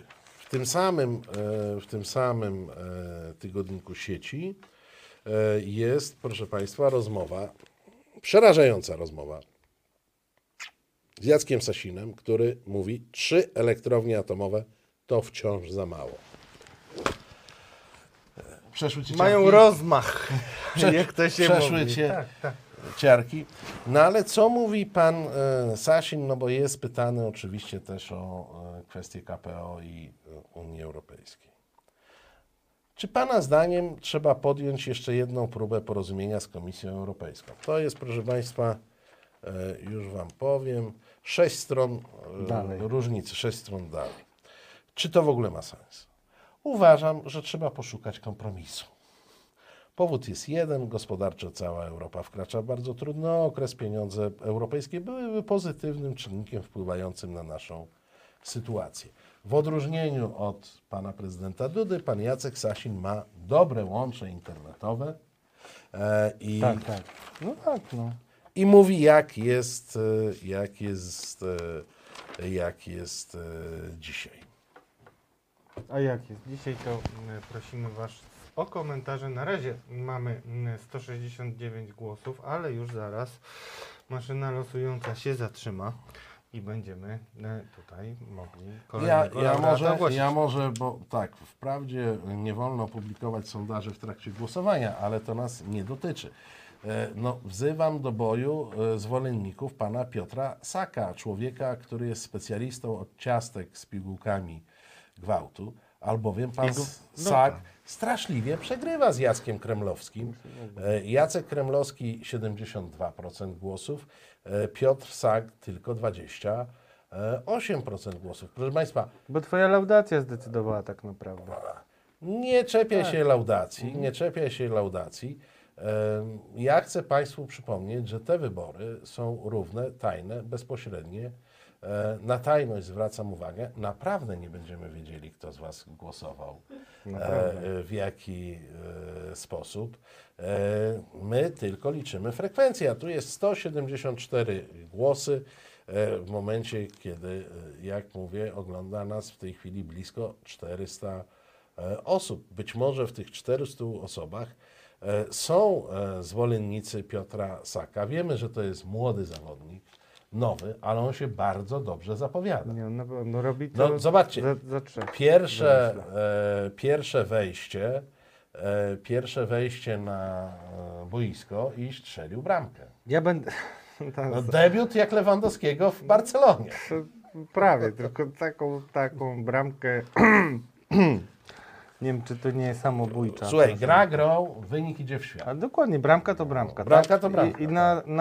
W tym samym tygodniku sieci jest, proszę Państwa, rozmowa, przerażająca rozmowa z Jackiem Sasinem, który mówi, 3 elektrownie atomowe to wciąż za mało. Przeszły cię Mają ciarki? rozmach, jak to się Przeszły mówi. cię ciarki. No ale co mówi pan Sasin, no bo jest pytany oczywiście też o kwestię KPO i Unii Europejskiej. Czy pana zdaniem trzeba podjąć jeszcze jedną próbę porozumienia z Komisją Europejską? To jest, proszę Państwa, Już Wam powiem. 6 stron Dalej. różnicy, 6 stron dalej. Czy to w ogóle ma sens? Uważam, że trzeba poszukać kompromisu. Powód jest jeden, gospodarczo cała Europa wkracza w bardzo trudny okres. Pieniądze europejskie byłyby pozytywnym czynnikiem wpływającym na naszą sytuację. W odróżnieniu od pana prezydenta Dudy, pan Jacek Sasin ma dobre łącze internetowe i, Tak. No tak, no. i mówi, jak jest dzisiaj. A jak jest? Dzisiaj to prosimy Was o komentarze. Na razie mamy 169 głosów, ale już zaraz maszyna losująca się zatrzyma i będziemy tutaj mogli kolejnego laureata ogłosić. Ja może, bo tak, wprawdzie nie wolno publikować sondaży w trakcie głosowania, ale to nas nie dotyczy. No, wzywam do boju zwolenników pana Piotra Saka, człowieka, który jest specjalistą od ciastek z pigułkami gwałtu, albowiem pan Sak straszliwie przegrywa z Jackiem Kremlowskim. Jacek Kremlowski 72% głosów, Piotr Sak tylko 28% głosów. Proszę Państwa, Bo twoja laudacja zdecydowała tak naprawdę. nie czepiaj się laudacji, nie czepiaj się laudacji. Ja chcę Państwu przypomnieć, że te wybory są równe, tajne, bezpośrednie. Na tajność zwracam uwagę. Naprawdę nie będziemy wiedzieli, kto z Was głosował, w jaki sposób. My tylko liczymy frekwencję, a tu jest 174 głosy w momencie, kiedy, jak mówię, ogląda nas w tej chwili blisko 400 osób. Być może w tych 400 osobach są zwolennicy Piotra Saka. Wiemy, że to jest młody zawodnik, nowy, ale on się bardzo dobrze zapowiada. Nie, on na pewno robi to No, zobaczcie, za trzech. pierwsze wejście na boisko i strzelił bramkę. Ja będę... No, debiut jak Lewandowskiego w Barcelonie. Prawie, tylko taką bramkę... Nie wiem, czy to nie jest samobójcza. Słuchaj, gra grą, wynik idzie w świat. A dokładnie, bramka to bramka. Bramka tak? to bramka, I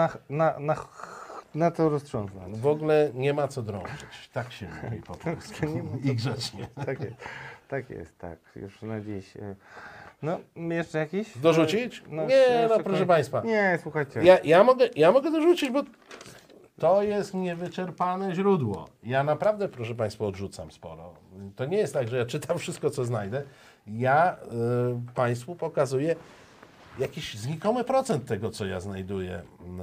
na to roztrząsnąć. W ogóle nie ma co drążyć. Tak się mówi po polsku. I grzecznie. Tak. Już na dziś. No, jeszcze jakiś? Dorzucić? No, Nie, no proszę Państwa. Nie, słuchajcie. Ja mogę dorzucić, bo to jest niewyczerpane źródło. Ja naprawdę, proszę Państwa, odrzucam sporo. To nie jest tak, że ja czytam wszystko, co znajdę. Ja Państwu pokazuję jakiś znikomy procent tego, co ja znajduję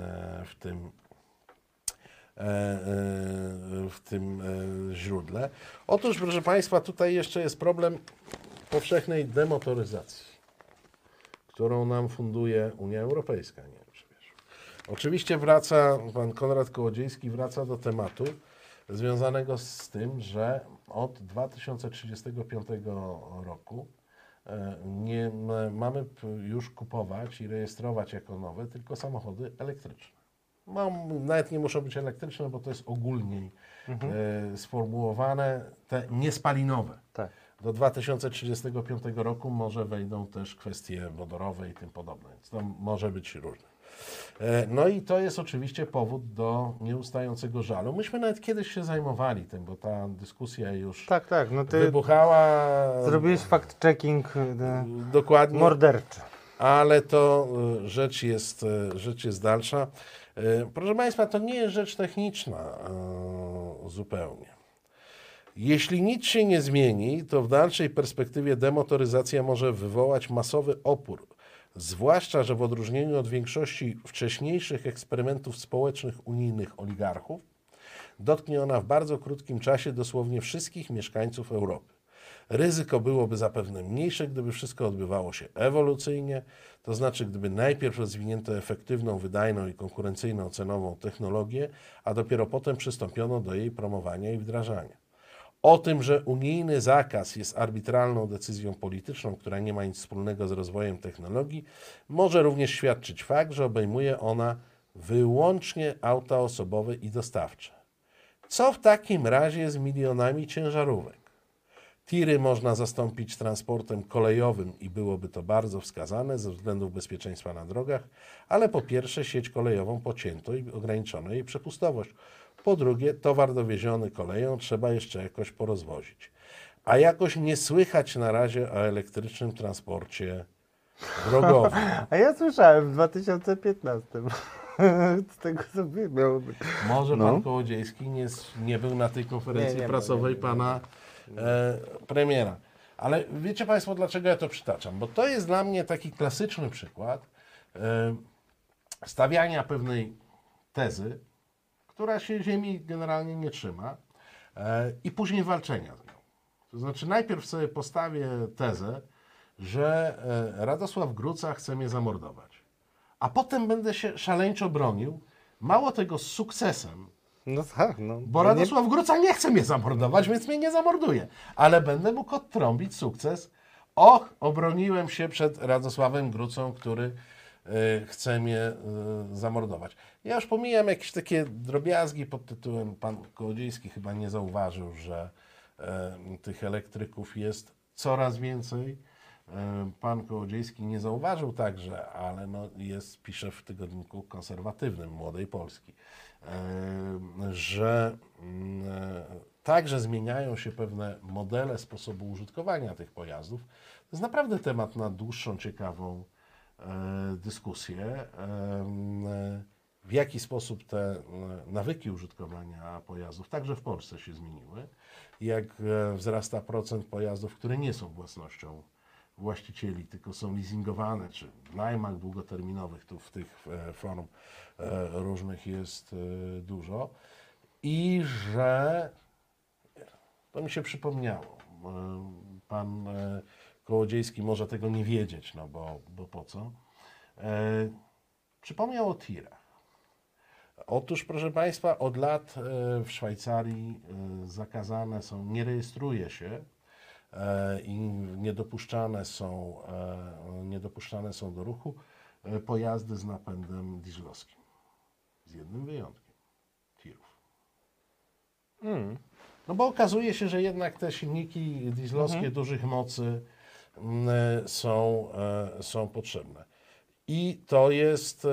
w tym źródle. Otóż, proszę Państwa, tutaj jeszcze jest problem powszechnej demotoryzacji, którą nam funduje Unia Europejska. Nie wiem, czy wiesz. Oczywiście pan Konrad Kołodziejski wraca do tematu związanego z tym, że od 2035 roku nie mamy już kupować i rejestrować jako nowe tylko samochody elektryczne. Nawet nie muszą być elektryczne, bo to jest ogólniej sformułowane, te niespalinowe. Tak. Do 2035 roku może wejdą też kwestie wodorowe i tym podobne, więc to może być różne. No i to jest oczywiście powód do nieustającego żalu. Myśmy nawet kiedyś się zajmowali tym, bo ta dyskusja już Tak, no ty wybuchała. zrobiłeś fact-checking dokładnie, morderczy. ale to rzecz jest dalsza. Proszę Państwa, to nie jest rzecz techniczna zupełnie. Jeśli nic się nie zmieni, to w dalszej perspektywie demotoryzacja może wywołać masowy opór. Zwłaszcza, że w odróżnieniu od większości wcześniejszych eksperymentów społecznych unijnych oligarchów, dotknie ona w bardzo krótkim czasie dosłownie wszystkich mieszkańców Europy. Ryzyko byłoby zapewne mniejsze, gdyby wszystko odbywało się ewolucyjnie, to znaczy gdyby najpierw rozwinięto efektywną, wydajną i konkurencyjną cenową technologię, a dopiero potem przystąpiono do jej promowania i wdrażania. O tym, że unijny zakaz jest arbitralną decyzją polityczną, która nie ma nic wspólnego z rozwojem technologii, może również świadczyć fakt, że obejmuje ona wyłącznie auta osobowe i dostawcze. Co w takim razie z milionami ciężarówek? Tiry można zastąpić transportem kolejowym i byłoby to bardzo wskazane ze względów bezpieczeństwa na drogach, ale po pierwsze sieć kolejową pocięto i ograniczono jej przepustowość. Po drugie, towar dowieziony koleją trzeba jeszcze jakoś porozwozić. A jakoś nie słychać na razie o elektrycznym transporcie drogowym. A ja słyszałem w 2015. Z tego sobie miało być. Może pan Kołodziejski nie był na tej konferencji prasowej pana premiera. Ale wiecie państwo, dlaczego ja to przytaczam? Bo to jest dla mnie taki klasyczny przykład stawiania pewnej tezy, która się ziemi generalnie nie trzyma i później walczenia z nią. To znaczy najpierw sobie postawię tezę, że Radosław Gruca chce mnie zamordować, a potem będę się szaleńczo bronił, mało tego z sukcesem, No tak, no. bo Radosław Gruca nie chce mnie zamordować, więc mnie nie zamorduje, ale będę mógł odtrąbić sukces. Obroniłem się przed Radosławem Grucą, który chce mnie zamordować. Ja już pomijam jakieś takie drobiazgi pod tytułem, pan Kołodziejski chyba nie zauważył, że tych elektryków jest coraz więcej. Pan Kołodziejski nie zauważył także, ale pisze w tygodniku konserwatywnym Młodej Polski, że także zmieniają się pewne modele sposobu użytkowania tych pojazdów. To jest naprawdę temat na dłuższą, ciekawą dyskusję. W jaki sposób te nawyki użytkowania pojazdów także w Polsce się zmieniły, jak wzrasta procent pojazdów, które nie są własnością właścicieli, tylko są leasingowane, czy w najmach długoterminowych, tu w tych form różnych jest dużo. I że, to mi się przypomniało, pan Kołodziejski może tego nie wiedzieć, no bo po co, przypomniał o tirach. Otóż, proszę Państwa, od lat w Szwajcarii zakazane są, nie rejestruje się i niedopuszczane są do ruchu pojazdy z napędem dieslowskim. Z jednym wyjątkiem. Tirów. No bo okazuje się, że jednak te silniki dieslowskie dużych mocy są potrzebne. I to jest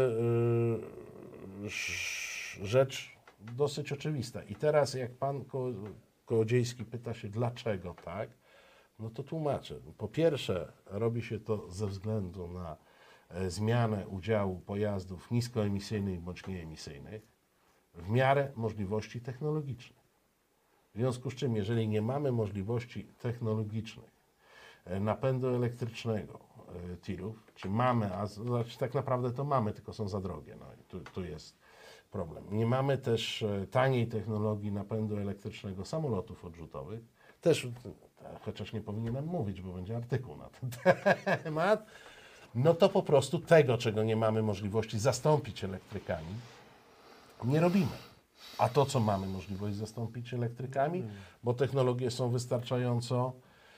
rzecz dosyć oczywista. I teraz jak pan Kołodziejski pyta się, dlaczego tak, no to tłumaczę. Po pierwsze, robi się to ze względu na zmianę udziału pojazdów niskoemisyjnych bądź nieemisyjnych w miarę możliwości technologicznych. W związku z czym, jeżeli nie mamy możliwości technologicznych napędu elektrycznego tirów, czy mamy, a znaczy tak naprawdę to mamy, tylko są za drogie, no i tu jest problem. Nie mamy też taniej technologii napędu elektrycznego samolotów odrzutowych, też, chociaż nie powinienem mówić, bo będzie artykuł na ten temat, no to po prostu tego, czego nie mamy możliwości zastąpić elektrykami, nie robimy. A to, co mamy możliwość zastąpić elektrykami, bo technologie są wystarczająco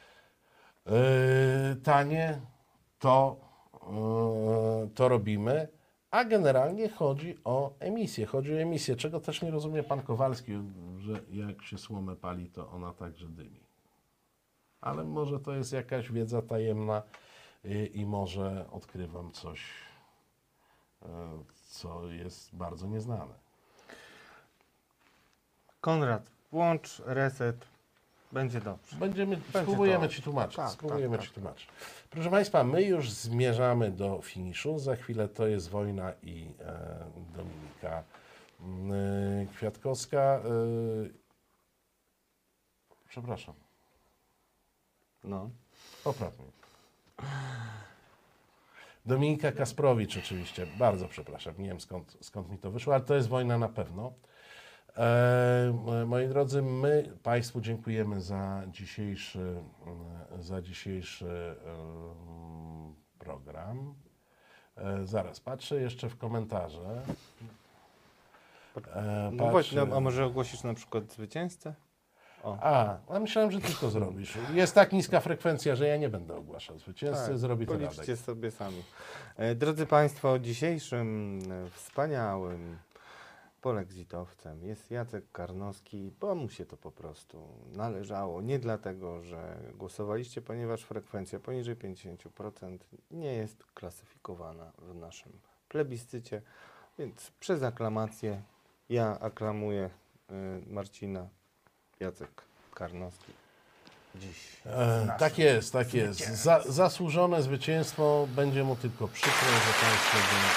tanie, to robimy. A generalnie chodzi o emisję. Chodzi o emisję, czego też nie rozumie pan Kowalski, że jak się słomę pali, to ona także dymi. Ale może to jest jakaś wiedza tajemna i może odkrywam coś, co jest bardzo nieznane. Konrad, włącz reset, będzie dobrze. Spróbujemy Ci tłumaczyć. Ci tłumaczyć. Proszę Państwa, my już zmierzamy do finiszu. Za chwilę to jest Wojna i Dominika Kwiatkowska. Przepraszam. No. Popraw mnie. Dominika Kasprowicz oczywiście. Bardzo przepraszam. Nie wiem skąd mi to wyszło, ale to jest Wojna na pewno. Moi drodzy, my Państwu dziękujemy za dzisiejszy program. Zaraz patrzę jeszcze w komentarze. A może ogłosisz na przykład zwycięzcę? A myślałem, że ty to zrobisz. Jest tak niska frekwencja, że ja nie będę ogłaszał zwycięzcy, zrobi to Radek. Policzcie sobie sami. Drodzy Państwo, dzisiejszym wspaniałym polexitowcem, jest Jacek Karnowski, bo mu się to po prostu należało. Nie dlatego, że głosowaliście, ponieważ frekwencja poniżej 50% nie jest klasyfikowana w naszym plebiscycie, więc przez aklamację ja aklamuję Marcina. Jacek Karnowski dziś. Tak jest, tak jest. Zasłużone zwycięstwo, będzie mu tylko przykro, że Państwo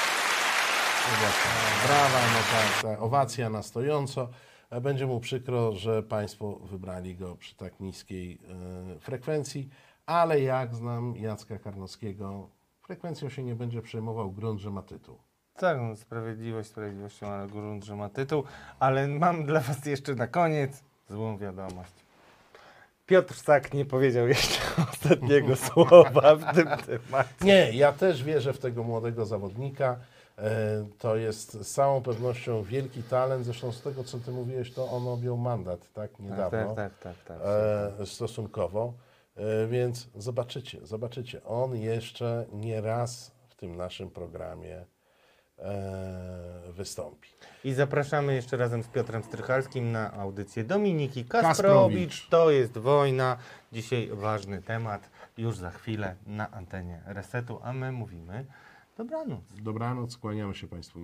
brawa, no tak, owacja na stojąco. Będzie mu przykro, że Państwo wybrali go przy tak niskiej frekwencji, ale jak znam Jacka Karnowskiego, frekwencją się nie będzie przejmował, grunt, że ma tytuł. Tak, no, sprawiedliwością, ale grunt, że ma tytuł. Ale mam dla Was jeszcze na koniec złą wiadomość. Piotr Sak nie powiedział jeszcze ostatniego słowa w tym temacie. Nie, ja też wierzę w tego młodego zawodnika. To jest z całą pewnością wielki talent. Zresztą z tego, co Ty mówiłeś, to on objął mandat tak niedawno. Tak. Stosunkowo. Więc zobaczycie. On jeszcze nie raz w tym naszym programie wystąpi. I zapraszamy jeszcze razem z Piotrem Strychalskim na audycję Dominiki Kasprowicz. To jest wojna. Dzisiaj ważny temat. Już za chwilę na antenie Resetu, a my mówimy dobranoc. Dobranoc, kłaniamy się Państwu.